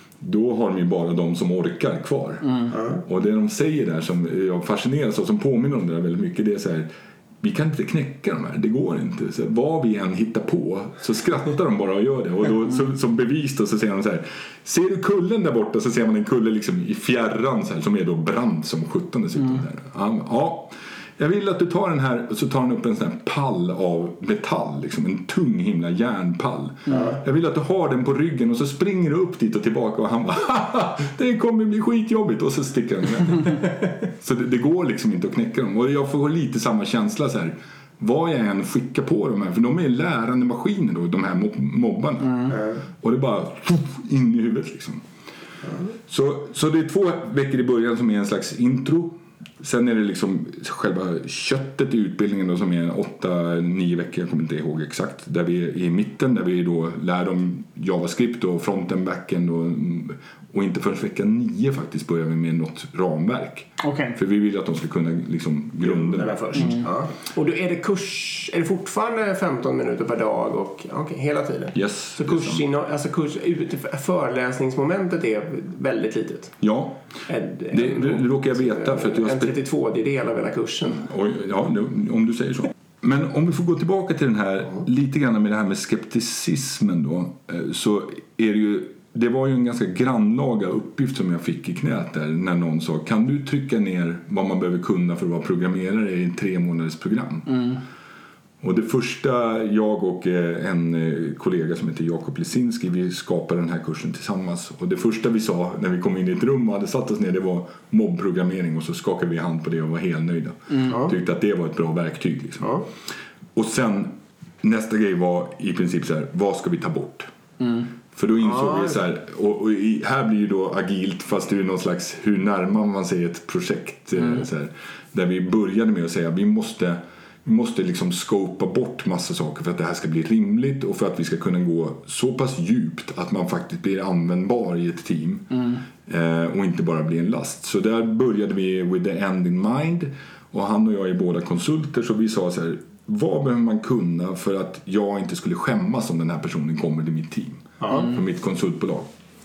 Då har de ju bara de som orkar kvar. Mm. Och det de säger där som jag fascineras av, som påminner om det där väldigt mycket, det är så här, vi kan inte knäcka de här, det går inte. Så vad vi än hittar på så skrattar de bara och gör det. Och då, så, som bevis då, så säger de så här, ser du kullen där borta, så ser man en kulle liksom i fjärran så här, som är då brand som sjutton dessutom. Mm. Ja, ja, jag vill att du tar den här, och så tar han upp en sån här pall av metall, liksom en tung himla järnpall. Mm. Jag vill att du har den på ryggen och så springer du upp dit och tillbaka och han bara, haha, det kommer bli skitjobbigt, och så sticker han med. Så det, det går liksom inte att knäcka dem. Och jag får lite samma känsla så här, vad jag än skickar på de här, för de är lärande maskiner då, de här mobbarna. Mm. Och det bara in i huvudet liksom. Mm. Så, så det är två veckor i början som är en slags intro. Sen är det liksom själva köttet i utbildningen då, som är åtta, nio veckor, jag kommer inte ihåg exakt, där vi är i mitten, där vi då lär dem JavaScript och fronten, backend och, och inte förrän vecka nio faktiskt börjar vi med något ramverk. Okay. För vi vill att de ska kunna liksom grunden först. Mm. Ja. Och då är det kurs, är det fortfarande femton minuter per dag och okay, hela tiden? Yes. Så kurs, in, alltså kurs, föreläsningsmomentet är väldigt litet? Ja, en, det, det, det råkar jag veta för att jag en trettiotvå del av hela kursen. Oj, ja, om du säger så. Men om vi får gå tillbaka till den här lite grann med det här med skepticismen då, så är det ju, det var ju en ganska grannlaga uppgift som jag fick i knät där när någon sa, kan du trycka ner vad man behöver kunna för att vara programmerare i en tre månaders program? Mm. Och det första, jag och en kollega som heter Jakob Lesinski, vi skapade den här kursen tillsammans. Och det första vi sa när vi kom in i ett rum och hade satt oss ner, det var mobbprogrammering. Och så skakade vi hand på det och var helt nöjda. Mm. Tyckte att det var ett bra verktyg. Liksom. Mm. Och sen, nästa grej var i princip så här, vad ska vi ta bort? Mm. För då insåg ah, vi så här, och, och här blir ju då agilt, fast det är någon slags, hur närmar man sig ett projekt mm. så här, där vi började med att säga, vi måste... Vi måste liksom skopa bort massa saker för att det här ska bli rimligt och för att vi ska kunna gå så pass djupt att man faktiskt blir användbar i ett team. Mm. eh, och inte bara blir en last. Så där började vi with the end in mind, och han och jag är båda konsulter, så vi sa så här, vad behöver man kunna för att jag inte skulle skämmas om den här personen kommer till mitt team, mm. för mitt konsultbolag.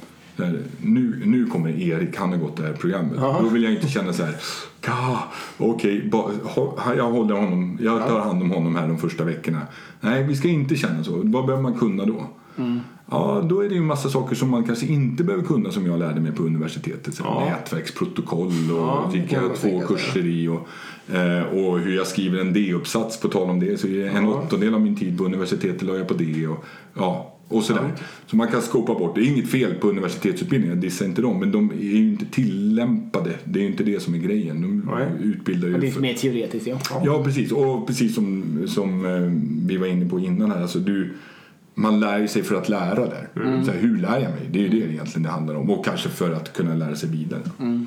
Nu, nu kommer Erik, han har gått det här programmet. Aha. Då vill jag inte känna så här, okej, okay, jag håller honom, jag tar hand om honom här de första veckorna. Nej, vi ska inte känna så. Vad behöver man kunna då? Mm. Ja, då är det ju en massa saker som man kanske inte behöver kunna som jag lärde mig på universitetet. Så ja. Nätverksprotokoll och ja, gick jag två kurser i och, eh, och hur jag skriver en D-uppsats på tal om det. Så en ja. åttondel av min tid på universitetet la jag på det och, ja, och sådär. Ja. Så man kan skopa bort. Det är inget fel på universitetsutbildningar, det dissar inte dem. Men de är ju inte tillämpade. Det är ju inte det som är grejen. De ja. utbildar ju och det är för... mer teoretiskt, ja. Ja, precis. Och precis som, som eh, vi var inne på innan här. Alltså du... Man lär sig för att lära där. Mm. Så här, hur lär jag mig? Det är ju det egentligen det handlar om. Och kanske för att kunna lära sig vidare. Mm.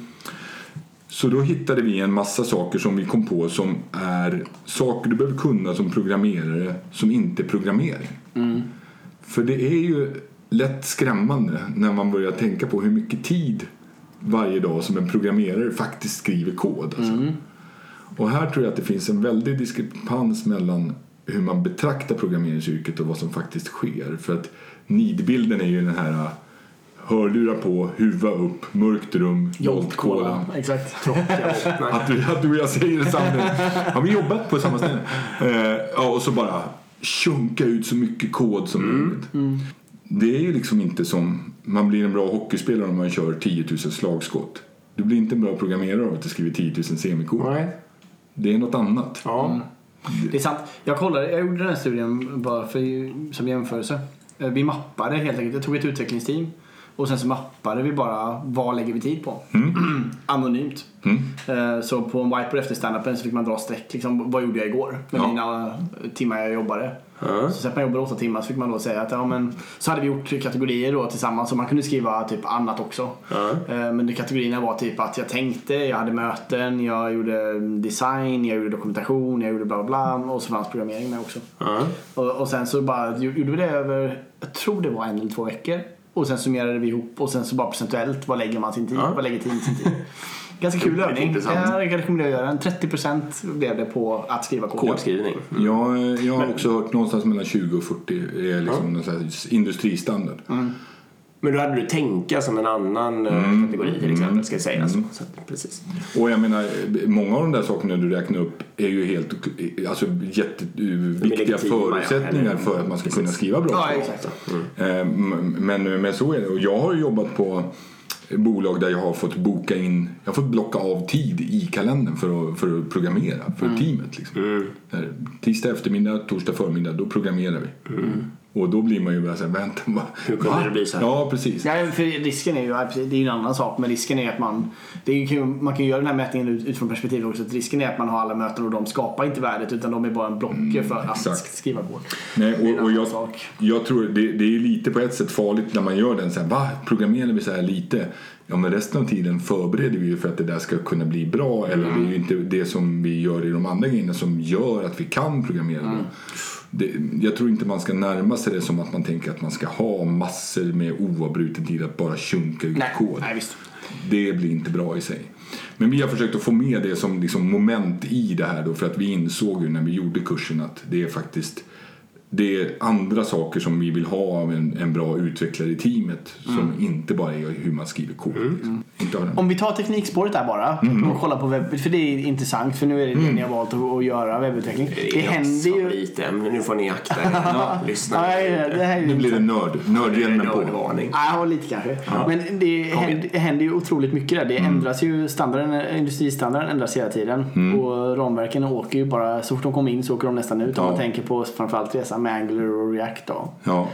Så då hittade vi en massa saker som vi kom på som är saker du behöver kunna som programmerare som inte är programmering. Mm. För det är ju lätt skrämmande när man börjar tänka på hur mycket tid varje dag som en programmerare faktiskt skriver kod. Alltså. Mm. Och här tror jag att det finns en väldig diskrepans mellan hur man betraktar programmeringsyrket och vad som faktiskt sker. För att nidbilden är ju den här hörlurar på, huva upp, mörkt rum, Jolt-kola. Exakt. att, du, att du och jag säger det samtidigt. Har vi jobbat på samma ställe? Eh, ja, och så bara sjunka ut så mycket kod som mm. möjligt. Mm. Det är ju liksom inte som man blir en bra hockeyspelare om man kör tio tusen slagskott. Du blir inte en bra programmerare av att du skriver tio tusen semikod. Nej. Det är något annat. Ja. Mm. Det är sant. Jag kollade, jag gjorde den här studien bara för, som jämförelse. Vi mappade helt enkelt. Jag tog ett utvecklingsteam och sen så mappade vi bara vad lägger vi tid på. Mm. Anonymt. Mm. Så på en whiteboard efter stand-upen så fick man dra streck liksom, vad gjorde jag igår med ja. mina timmar jag jobbade. Mm. Så sen man jobbade åtta timmar så fick man då säga att ja, men, så hade vi gjort kategorier då tillsammans så man kunde skriva typ annat också. Mm. Men de kategorierna var typ att jag tänkte, jag hade möten, jag gjorde design, jag gjorde dokumentation, jag gjorde bla bla bla och så fanns programmering med också. Mm. Och, och sen så bara gjorde vi det över, jag tror det var en eller två veckor. Och sen summerade vi ihop och sen så bara procentuellt vad lägger man sin tid, mm. vad lägger tiden sin tid. Ganska kul övning. Jag rekommenderar att göra en trettio procent blev det på att skriva kod. Kodskrivning. Mm. Jag, jag har också hört någonstans mellan tjugo och fyrtio är liksom mm. någon slags industristandard. Mm. Men då hade du tänka som en annan mm. kategori till exempel, ska jag säga. Mm. Så, precis. Och jag menar, många av de där sakerna du räknar upp är ju helt alltså, jätteviktiga förutsättningar ja, för att man ska precis. kunna skriva bra. Ja, exakt. Mm. Men, men så är det. Och jag har jobbat på bolag där jag har fått boka in, jag har fått blocka av tid i kalendern för att, för att programmera för mm. teamet liksom. Mm. Tisdag eftermiddag, torsdag förmiddag, då programmerar vi. Mm. Och då blir man ju bara så här, vänta, bara, hur kunde det bli så här? Ja, precis. Ja, för risken är ju, det är ju en annan sak, men risken är att man, det är ju, man kan ju göra den här mätningen utifrån perspektivet också, att risken är att man har alla möten och de skapar inte värdet utan de är bara en blocker mm, för att exakt. skriva kod. Nej, och, och jag, jag tror det, det är ju lite på ett sätt farligt när man gör den så här, va, programmerar vi så här lite? Ja, men resten av tiden förbereder vi ju för att det där ska kunna bli bra, eller mm. det är ju inte det som vi gör i de andra grejerna som gör att vi kan programmera mm. det, jag tror inte man ska närma sig det som att man tänker att man ska ha massor med oavbruten tid att bara sjunka ut nej, kod. Nej, visst. Det blir inte bra i sig. Men vi har försökt att få med det som liksom moment i det här då, för att vi insåg ju när vi gjorde kursen att det är faktiskt det är andra saker som vi vill ha av en, en bra utvecklare i teamet som mm. inte bara är hur man skriver kod. Mm. Liksom. Inte Om vi tar teknikspåret där bara mm. och kollar på webb, för det är intressant för nu är det mm. det ni har valt att, att göra webbutveckling. Det, det händer ju lite, men nu får ni akta er. Ja, lyssna. Ja, det här är nu blir det nörd, nördhjälmen på. Nördvarning. Ja, lite kanske. Ja. Men det händer, det händer ju otroligt mycket där. Det mm. ändras ju standarden, industristandarden ändras hela tiden mm. och ramverken åker ju bara så fort de kommer in så åker de nästan ut om ja. man tänker på framförallt resan med Angular och React då. Ja.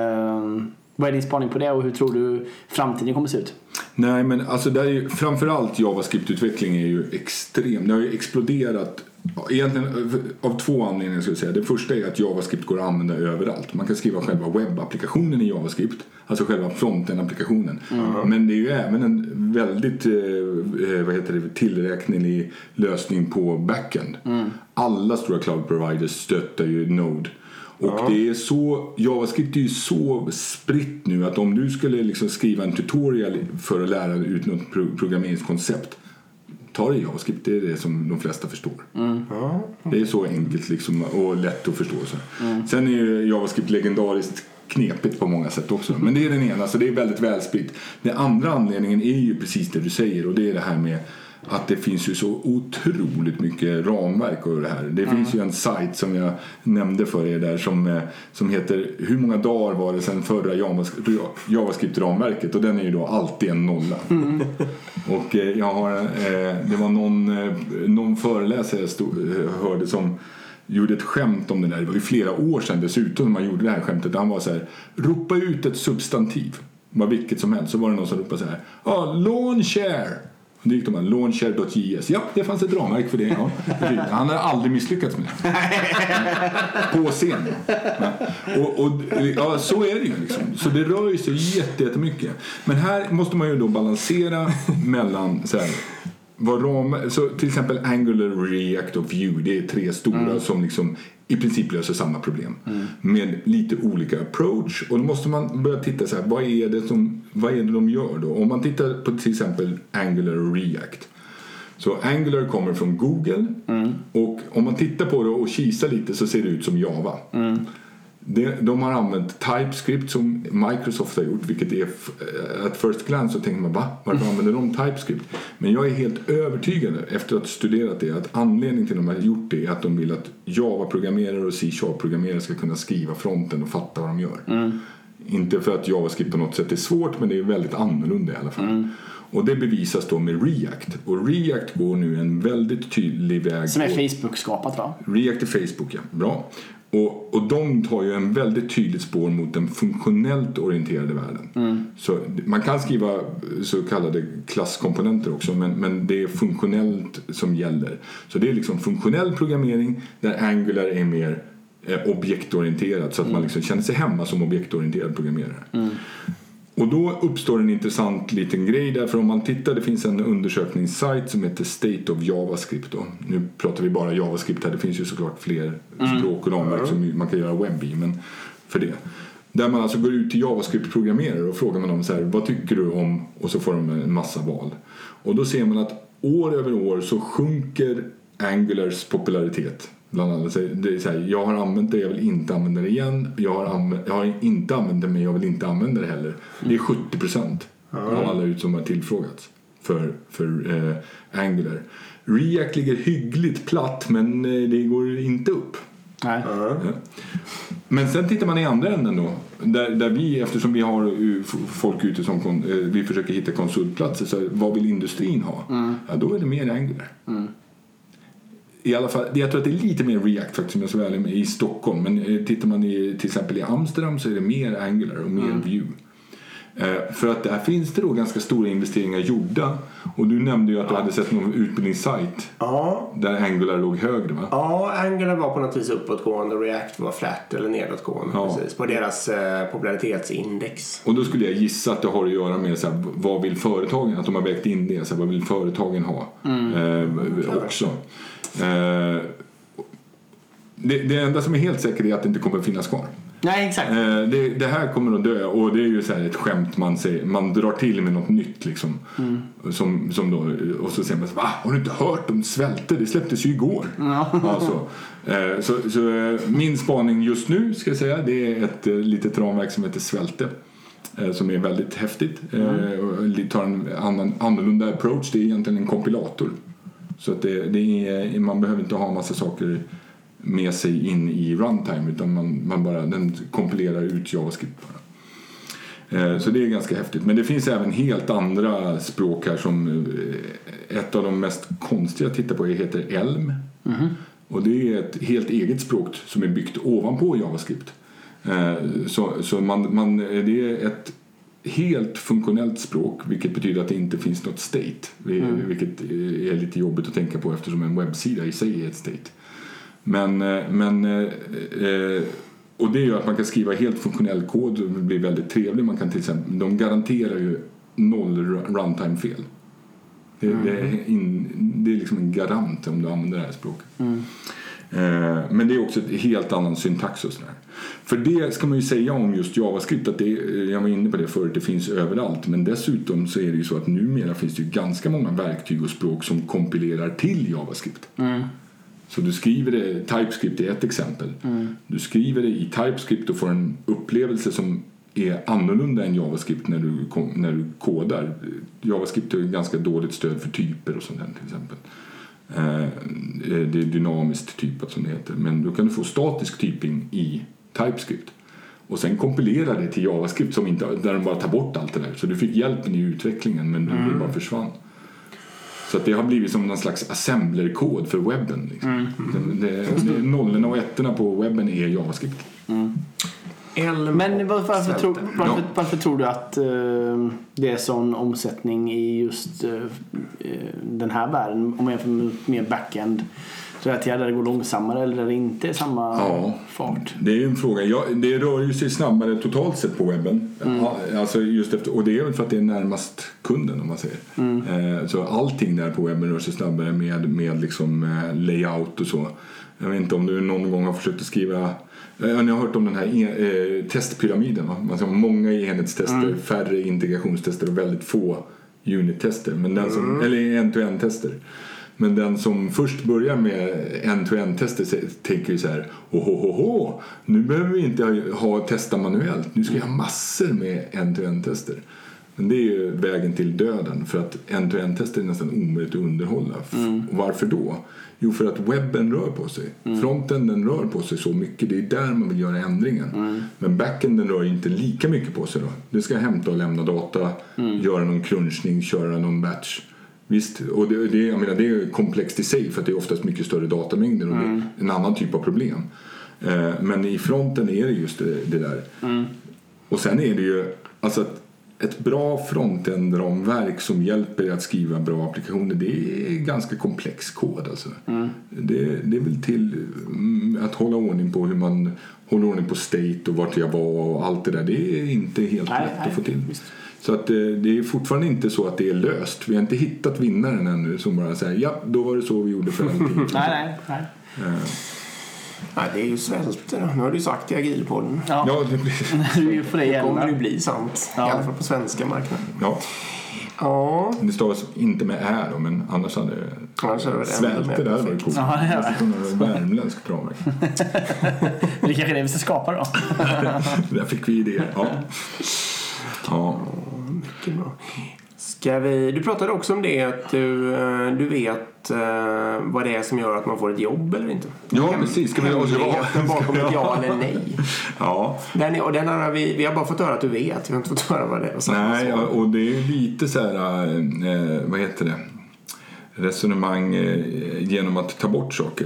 Um, vad är din spaning på det och hur tror du framtiden kommer se ut? Nej, men alltså där är ju, framförallt JavaScript-utveckling är ju extrem. Det har ju exploderat egentligen av två anledningar skulle jag säga. Det första är att JavaScript går att använda överallt. Man kan skriva själva webbapplikationen i JavaScript, alltså själva fronten-applikationen. Mm. Men det är ju även en väldigt eh, vad heter det, tillräknelig lösning på backend. Mm. Alla stora cloud providers stöttar ju Node. Och ja. det är så, JavaScript är ju så spritt nu att om du skulle liksom skriva en tutorial för att lära ut något pro- programmeringskoncept, ta det i JavaScript, det är det som de flesta förstår. Mm. Ja. Det är så enkelt liksom och lätt att förstå. Så. Mm. Sen är ju JavaScript legendariskt knepigt på många sätt också. Men det är den ena, så det är väldigt välspritt. Den andra anledningen är ju precis det du säger, och det är det här med att det finns ju så otroligt mycket ramverk och det här. Det mm. finns ju en sajt som jag nämnde för er där som, som heter hur många dagar var det sedan förra JavaScript-ramverket, och den är ju då alltid en nolla. Mm. Och jag har, det var någon, någon föreläsare jag stod, hörde som gjorde ett skämt om det där. Det var ju flera år sedan dessutom när man gjorde det här skämtet. Han var så här: ropa ut ett substantiv, vad vilket som helst. Så var det någon som ropade så här: ja, ah, lawnshare. Och då gick de här, lawnshare.js. Ja, det fanns ett ramverk för det. Ja. Han har aldrig misslyckats med det. På scen. Ja. Och, och ja, så är det ju liksom. Så det rör sig jättemycket. Men här måste man ju då balansera mellan så här, vad ram, så till exempel Angular, React och Vue, det är tre stora mm. som liksom i princip löser samma problem mm. med lite olika approach. Och då måste man börja titta så här, vad är det som, vad är det de gör då? Om man tittar på till exempel Angular och React, så Angular kommer från Google mm. och om man tittar på det och kisar lite så ser det ut som Java. Mm. De, de har använt TypeScript som Microsoft har gjort, vilket är at first glance så tänker man, va? Varför använder de TypeScript? Men jag är helt övertygad efter att ha studerat det att anledningen till att de har gjort det är att de vill att Java-programmerare och C-sharp-programmerare ska kunna skriva fronten och fatta vad de gör. Mm. Inte för att JavaScript på något sätt är svårt, men det är väldigt annorlunda i alla fall. Mm. Och det bevisas då med React. Och React går nu en väldigt tydlig väg. Som är Facebook-skapat, va? React är Facebook, ja. Bra. Och, och de tar ju en väldigt tydligt spår mot den funktionellt orienterade världen. Mm. Så man kan skriva så kallade klasskomponenter också, men, men det är funktionellt som gäller. Så det är liksom funktionell programmering där Angular är mer eh, objektorienterad, så att mm. man liksom känner sig hemma som objektorienterad programmerare. Mm. Och då uppstår en intressant liten grej där, för om man tittar, det finns en undersökningssajt som heter State of JavaScript då. Nu pratar vi bara JavaScript här, det finns ju såklart fler mm. språk och ramverk som man kan göra webb i, men för det. Där man alltså går ut till JavaScript-programmerare och frågar man dem så här, vad tycker du om? Och så får de en massa val. Och då ser man att år över år så sjunker Angulars popularitet. Bland annat, det är så här, jag har använt det, jag vill inte använda det igen. Jag har, använt, jag har inte använt det, men jag vill inte använda det heller. Det är sjuttio procent av alla ut som har tillfrågats för, för eh, Angular. React ligger hyggligt platt, men eh, det går inte upp. Nej. Ja. Men sen tittar man i andra änden då, där, där vi, eftersom vi har folk ute som kon, eh, vi försöker hitta konsultplatser, så vad vill industrin ha? Mm. Ja, då är det mer Angular. Mm. I alla fall, jag tror att det är lite mer React faktiskt, som jag så väl med i Stockholm, men tittar man i, till exempel i Amsterdam, så är det mer Angular och mer mm. Vue. Eh, för att där finns det då ganska stora investeringar gjorda, och du nämnde ju att du hade sett någon utbildningssajt ja. där Angular låg högre, va? Ja, Angular var på något vis uppåtgående och React var flat eller nedåtgående ja. precis, på deras eh, popularitetsindex. Och då skulle jag gissa att det har att göra med så här, vad vill företagen, att de har vägt in det, så här, vad vill företagen ha mm. eh, också. Eh, det, det enda som är helt säkert är att det inte kommer att finnas kvar. Nej, exakt. Eh, det, det här kommer att dö, och det är ju så här ett skämt man säger, man drar till med något nytt liksom. Mm. Som, som då, och så säger man så, va? Har du inte hört om svälter? Det släpptes ju igår. Ja. Alltså, eh, så, så eh, min spaning just nu ska jag säga, det är ett eh, litet ramverk som heter Svelte. Som är väldigt häftigt. Mm. Eh, tar en annan, annorlunda approach. Det är egentligen en kompilator. Så att det, det är, man behöver inte ha en massa saker med sig in i runtime, utan man, man bara, den kompilerar ut JavaScript bara. Eh, så det är ganska häftigt. Men det finns även helt andra språk här, som ett av de mest konstiga jag tittar på heter Elm. Mm. Och det är ett helt eget språk som är byggt ovanpå JavaScript. Eh, så så man, man, det är ett helt funktionellt språk, vilket betyder att det inte finns något state, mm. vilket är lite jobbigt att tänka på eftersom en webbsida i sig är ett state. Men, men eh, och det gör att man kan skriva helt funktionell kod och det blir väldigt trevligt. Man kan till exempel, de garanterar ju noll runtime-fel. Det, mm. det, är in, det är liksom en garant om du använder det här språket. Mm. Eh, men det är också ett helt annan syntax och sådär. För det ska man ju säga om just JavaScript, att det, jag var inne på det förut, det finns överallt. Men dessutom så är det ju så att numera finns det ju ganska många verktyg och språk som kompilerar till JavaScript. Mm. Så du skriver det, TypeScript är ett exempel. Mm. Du skriver det i TypeScript och får en upplevelse som är annorlunda än JavaScript när du, när du kodar. JavaScript har ganska dåligt stöd för typer och sånt där till exempel. Det är dynamiskt typat som det heter. Men då kan du få statisk typing i TypeScript. Och sen kompilera det till JavaScript som inte, där de bara tar bort allt det där. Så du fick hjälpen i utvecklingen men mm. det bara försvann. Så att det har blivit som någon slags assemblerkod för webben. Liksom. Mm. Mm. Det, det, det, nollorna och ettorna på webben är JavaScript. Mm. Men varför, varför, tror, varför, ja. varför tror du att uh, det är sån omsättning i just uh, den här världen om man jämför med mer backend? Så att där det går långsammare eller där det inte är samma ja, fart? Det är en fråga. Ja, det rör ju sig snabbare totalt sett på webben. Mm. Ja, alltså just efter, och det är väl för att det är närmast kunden om man säger. Mm. Eh, så allting där på webben rör sig snabbare med, med liksom, eh, layout och så. Jag vet inte om du någon gång har försökt att skriva... Ja, ni har hört om den här eh, testpyramiden. Va? Man har många enhetstester, mm. färre integrationstester och väldigt få unittester. Men den som, mm. eller end-to-end-tester. Men den som först börjar med end-to-end-tester tänker ju så här: ohohoho, nu behöver vi inte ha, ha testa manuellt. Nu ska jag ha massor med end-to-end-tester. Men det är ju vägen till döden. För att end-to-end-tester är nästan omöjligt att underhålla. Mm. Varför då? Jo, för att webben rör på sig. Mm. Frontenden rör på sig så mycket. Det är där man vill göra ändringen. Mm. Men backenden rör inte lika mycket på sig då. Du ska hämta och lämna data. Mm. Göra någon crunchning. Köra någon batch. Visst, och det, det, jag menar, det är komplext i sig. För att det är oftast mycket större datamängder. Och mm. det är en annan typ av problem. Eh, men i fronten är det just det, det där. Mm. Och sen är det ju... Alltså att ett bra frontend-ramverk som hjälper dig att skriva bra applikationer, det är ganska komplex kod. Alltså. Mm. Det, det är väl till att hålla ordning på hur man håller ordning på state och vart jag var och allt det där. Det är inte helt nej, lätt nej, att få till. Visst. Så att det är fortfarande inte så att det är löst. Vi har inte hittat vinnaren ännu som bara säger ja, då var det så vi gjorde för allting. nej, nej, nej. Uh. Nej, det är ju svälter. Nu har du sagt i Agilpodden. Ja, ja det, blir... det kommer ju bli sant. Ja. I alla fall på svenska marknaden. Ja. Ja. Det stavas inte med ä då, men annars hade annars hade det svälter där var det coolt. Ja, det är det. Värmländsk bra. Det kanske är det vi ska skapa då. Där fick vi idéer. Ja. Ja. Mycket bra. Ska vi, du pratade också om det att du, du vet uh, vad det är som gör att man får ett jobb eller inte. Ja, Hem, precis. Ska vi hemligheten bakom ett ja eller nej. Ja. Den, och den har vi, vi har bara fått höra att du vet. Vi har inte fått höra vad det är. Nej, ja, och det är lite så här, eh, vad heter det? Resonemang eh, genom att ta bort saker.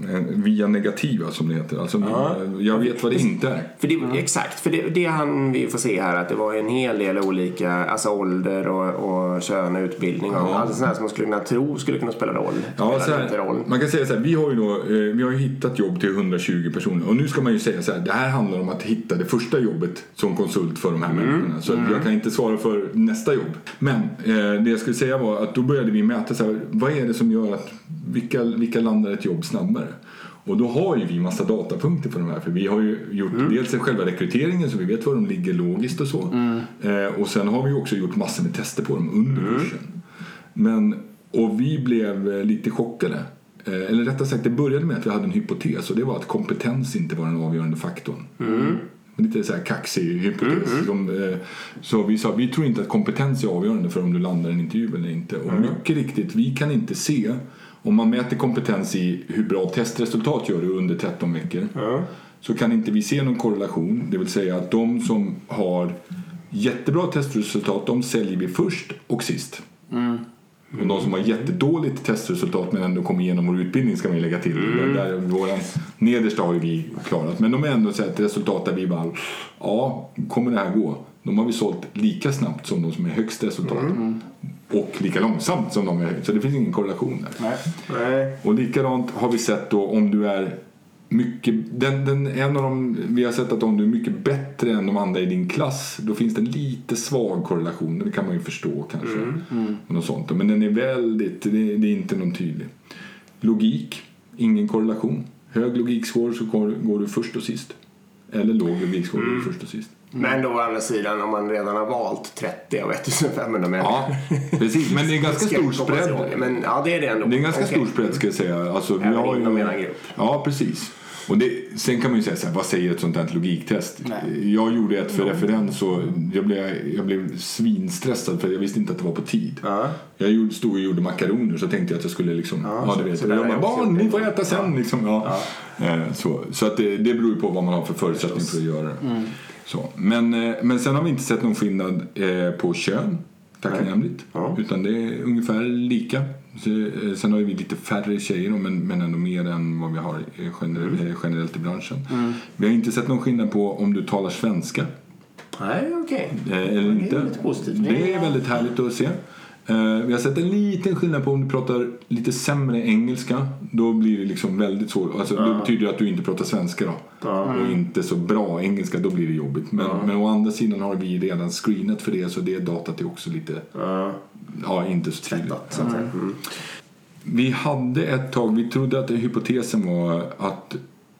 Via negativa som det heter. Alltså, ja. Jag vet vad det inte är. För det, mm. Exakt, för det, det han vi får se här att det var en hel del olika, alltså ålder och, och kön och utbildning och ja. Allt sånt här som man skulle kunna tro skulle kunna spela roll. Ja, så här, roll. Man kan säga så här, vi har ju då, eh, vi har ju hittat jobb till hundratjugo personer och nu ska man ju säga så här, det här handlar om att hitta det första jobbet som konsult för de här mm. människorna. Så mm. jag kan inte svara för nästa jobb. Men eh, det jag skulle säga var att då började vi mäta så här, vad är det som gör att vilka, vilka landar ett jobb snabbare? Och då har ju vi massa datapunkter för de här. För vi har ju gjort mm. dels själva rekryteringen så vi vet var de ligger logiskt och så. Mm. Eh, och sen har vi också gjort massor med tester på dem under mm. kursen. Men, och vi blev lite chockade. Eh, eller rättare sagt, det började med att vi hade en hypotes. Och det var att kompetens inte var den avgörande faktorn. Mm. Lite så här kaxig hypotes. Mm. Som, eh, så vi sa, vi tror inte att kompetens är avgörande för om du landar en intervju eller inte. Och mm. mycket riktigt, vi kan inte se... Om man mäter kompetens i hur bra testresultat gör du under tretton veckor mm. så kan inte vi se någon korrelation. Det vill säga att de som har jättebra testresultat, de säljer vi först och sist. Mm. Och de som har jättedåligt testresultat men ändå kommer igenom vår utbildning ska man lägga till. Mm. Där våran nedersta har vi klarat. Men de är ändå så ett resultat där vi bara, ja, kommer det här gå? De har vi sålt lika snabbt som de som är högst resultat. Mm. Och lika långsamt som de är. Så det finns ingen korrelation där. Nej. Nej. Och likadant har vi sett då om du är mycket... Den, den, en av dem, vi har sett att om du är mycket bättre än de andra i din klass, då finns det en lite svag korrelation. Det kan man ju förstå kanske. Mm. Mm. Och något sånt. Men den är väldigt... Det, det är inte någon tydlig. Logik. Ingen korrelation. Hög logikskår så går, går du först och sist. Eller låg logikskår mm. går du först och sist. Men då å andra sidan om man redan har valt trettio av ettusenfemhundra människor. Ja, precis. Men det är en ganska stor spread. Men ja, det är det ändå. Det är en ganska okay. stor spread ska jag säga. Alltså, vi även har inom ju... en grupp. Ja, precis. Och det, sen kan man ju säga så här, vad säger ett sånt här logiktest? Nej. Jag gjorde ett för referens och jag blev, jag blev svinstressad för jag visste inte att det var på tid. Ja. Jag gjorde, stod och gjorde makaroner så tänkte jag att jag skulle liksom, ja, ja det vet jag. Jag bara, barn, ni får äta sen liksom. Ja. Ja. Så, så att det, det beror ju på vad man har för förutsättning för att göra det. Mm. Så. Men, men sen har vi inte sett någon skillnad på kön, tacknämligt. Ja. Utan det är ungefär lika. Sen har vi lite färre tjejer men, men ändå mer än vad vi har generellt, mm. generellt i branschen. Mm. Vi har inte sett någon skillnad på om du talar svenska. Nej, okej. Okay. Eller inte. Det är lite positivt. Det är väldigt härligt att se. Vi har sett en liten skillnad på om du pratar lite sämre engelska. Då blir det liksom väldigt svårt. Alltså, ja. Det betyder att du inte pratar svenska då. Ja. Och inte så bra engelska, då blir det jobbigt. Men, ja. men å andra sidan har vi redan screenat för det. Så det datat är också lite ja. Ja, inte så tydligt. Så att säga. Mm. Vi hade ett tag, vi trodde att hypotesen var att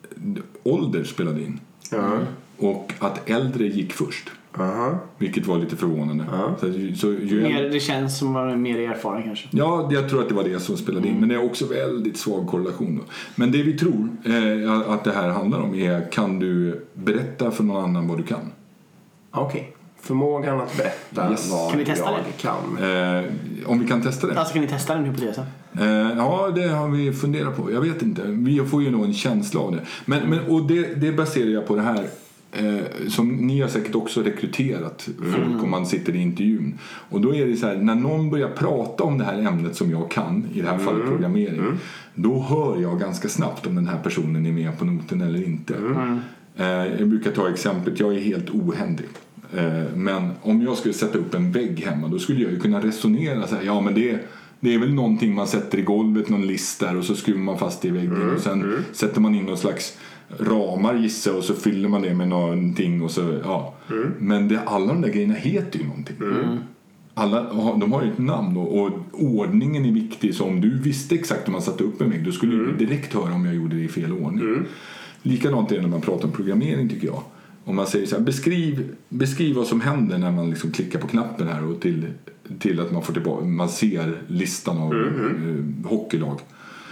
ålder spelade in. Ja. Och att äldre gick först. Uh-huh. Vilket var lite förvånande. Uh-huh. så, så, ju mer, det känns som var mer erfaren kanske. Ja, jag tror att det var det som spelade in. Mm. Men det är också väldigt svag korrelation då. Men det vi tror eh, att det här handlar om är, kan du berätta för någon annan vad du kan? Okej. Okay. Förmågan att berätta yes. vad kan vi testa jag det? kan. Eh, om vi kan testa det. Alltså kan ni testa den hypotesen? Eh, ja, det har vi funderat på. Jag vet inte. Vi får ju nog en känsla av det. Men, mm. men, och det, det baserar jag på det här. Eh, som ni har säkert också rekryterat folk mm. om man sitter i intervjun. Och då är det så här, när någon börjar prata om det här ämnet som jag kan, i det här fallet mm. programmering, mm. då hör jag ganska snabbt om den här personen är med på noten eller inte. Mm. Eh, jag brukar ta exemplet, jag är helt ohändig. Eh, men om jag skulle sätta upp en vägg hemma, då skulle jag ju kunna resonera så här, ja men det är Det är väl någonting man sätter i golvet, någon list där, och så skruvar man fast det i väggen mm. och sen mm. sätter man in någon slags ramar gissa och så fyller man det med någonting och så, ja. Mm. Men det, alla de där grejerna heter ju någonting. Mm. Alla, de har ju ett namn och, och ordningen är viktig, så om du visste exakt hur man satte upp en vägg, då skulle mm. du direkt höra om jag gjorde det i fel ordning. Mm. Likadant är det när man pratar om programmering, tycker jag. Om man säger så här, beskriv, beskriv vad som händer när man liksom klickar på knappen här och till, till att man får tillbaka, man ser listan av mm. eh, hockeylag.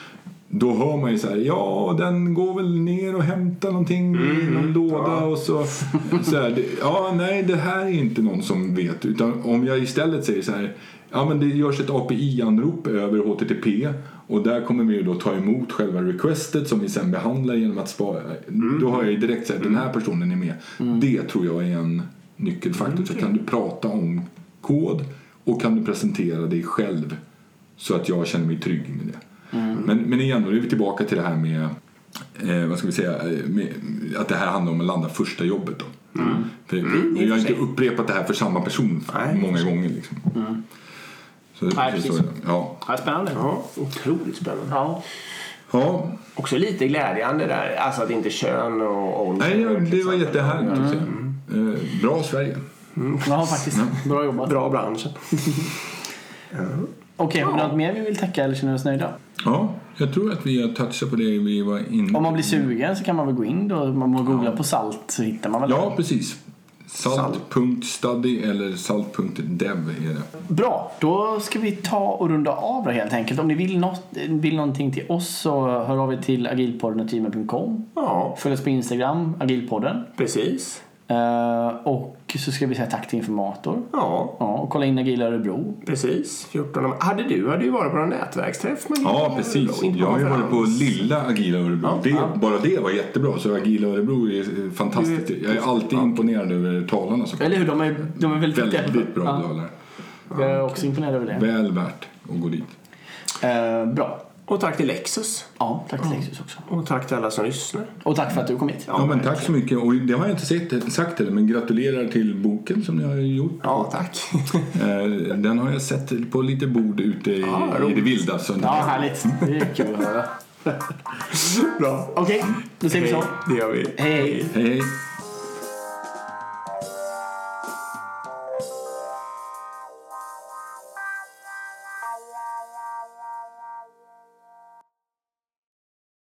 Då hör man ju så här, ja, den går väl ner och hämtar någonting mm. i någon låda ja. och så, så här, det, ja, nej, det här är inte någon som vet, utan om jag istället säger så här, ja, men det görs ett A P I-anrop över H T T P och där kommer vi då ta emot själva requestet som vi sen behandlar genom att spara. Mm. Då har jag ju direkt sagt, den här personen är med. Mm. Det tror jag är en nyckelfaktor. Mm, okay. Så kan du prata om kod och kan du presentera dig själv så att jag känner mig trygg med det. Mm. Men, men igen, då är vi tillbaka till det här med, eh, vad ska vi säga, med, att det här handlar om att landa första jobbet då. Mm. För, mm, jag har inte upprepat det här för samma person Nej, många gånger liksom. Mm. Så, Nej, precis. Så, ja. Ja, spännande. Ja, otroligt spännande. Ja. Ja. Också lite glädjande där, alltså att inte kön och ålder. Nej, ja, det var jättehärligt att se. Mm. Eh, bra Sverige. Mm. Ja, faktiskt. Ja. Bra jobbat. Bra branschen. Ja. Okej, har vi något mer vi vill tacka eller känner oss nöjda? Ja, jag tror att vi har touchat på det vi var inne. Om man blir sugen så kan man väl gå in då. Man må googla ja. på salt så hittar man väl. Ja, precis. salt punkt study eller salt punkt dev är det. Bra, då ska vi ta och runda av det helt enkelt. Om ni vill, något, vill någonting till oss så hör av er till agilpodden at gmail punkt com. Ja. Följ oss på Instagram, agilpodden. Precis. Uh, och så ska vi säga tack till informator. Ja. Ja, och kolla in Agila Örebro. Precis. fjorton Hade du hade ju varit på en nätverksträff med Ja, precis. Jag har ju varit på lilla Agila Örebro. Ja, det, ja. Bara det var jättebra. Så Agila Örebro är fantastiskt. Jag är alltid imponerad över talarna. Så Eller hur? De är, de är väldigt, väldigt bra ja. talare. Jag är också imponerad över det. Väl värt att gå dit. Uh, bra. Och tack till Lexus. Ja, tack till Lexus också. Och tack till alla som lyssnar. Och tack för att du kom hit. Ja, ja men tack så mycket. Och det har jag inte sett, sagt heller, men gratulerar till boken som ni har gjort. Ja, tack. Den har jag sett på lite bord ute i, ja, i det vilda. Så ja, härligt. Det är kul att höra. Bra. Okej, okay, då ser vi så. Det gör vi. Hej, hej. hej.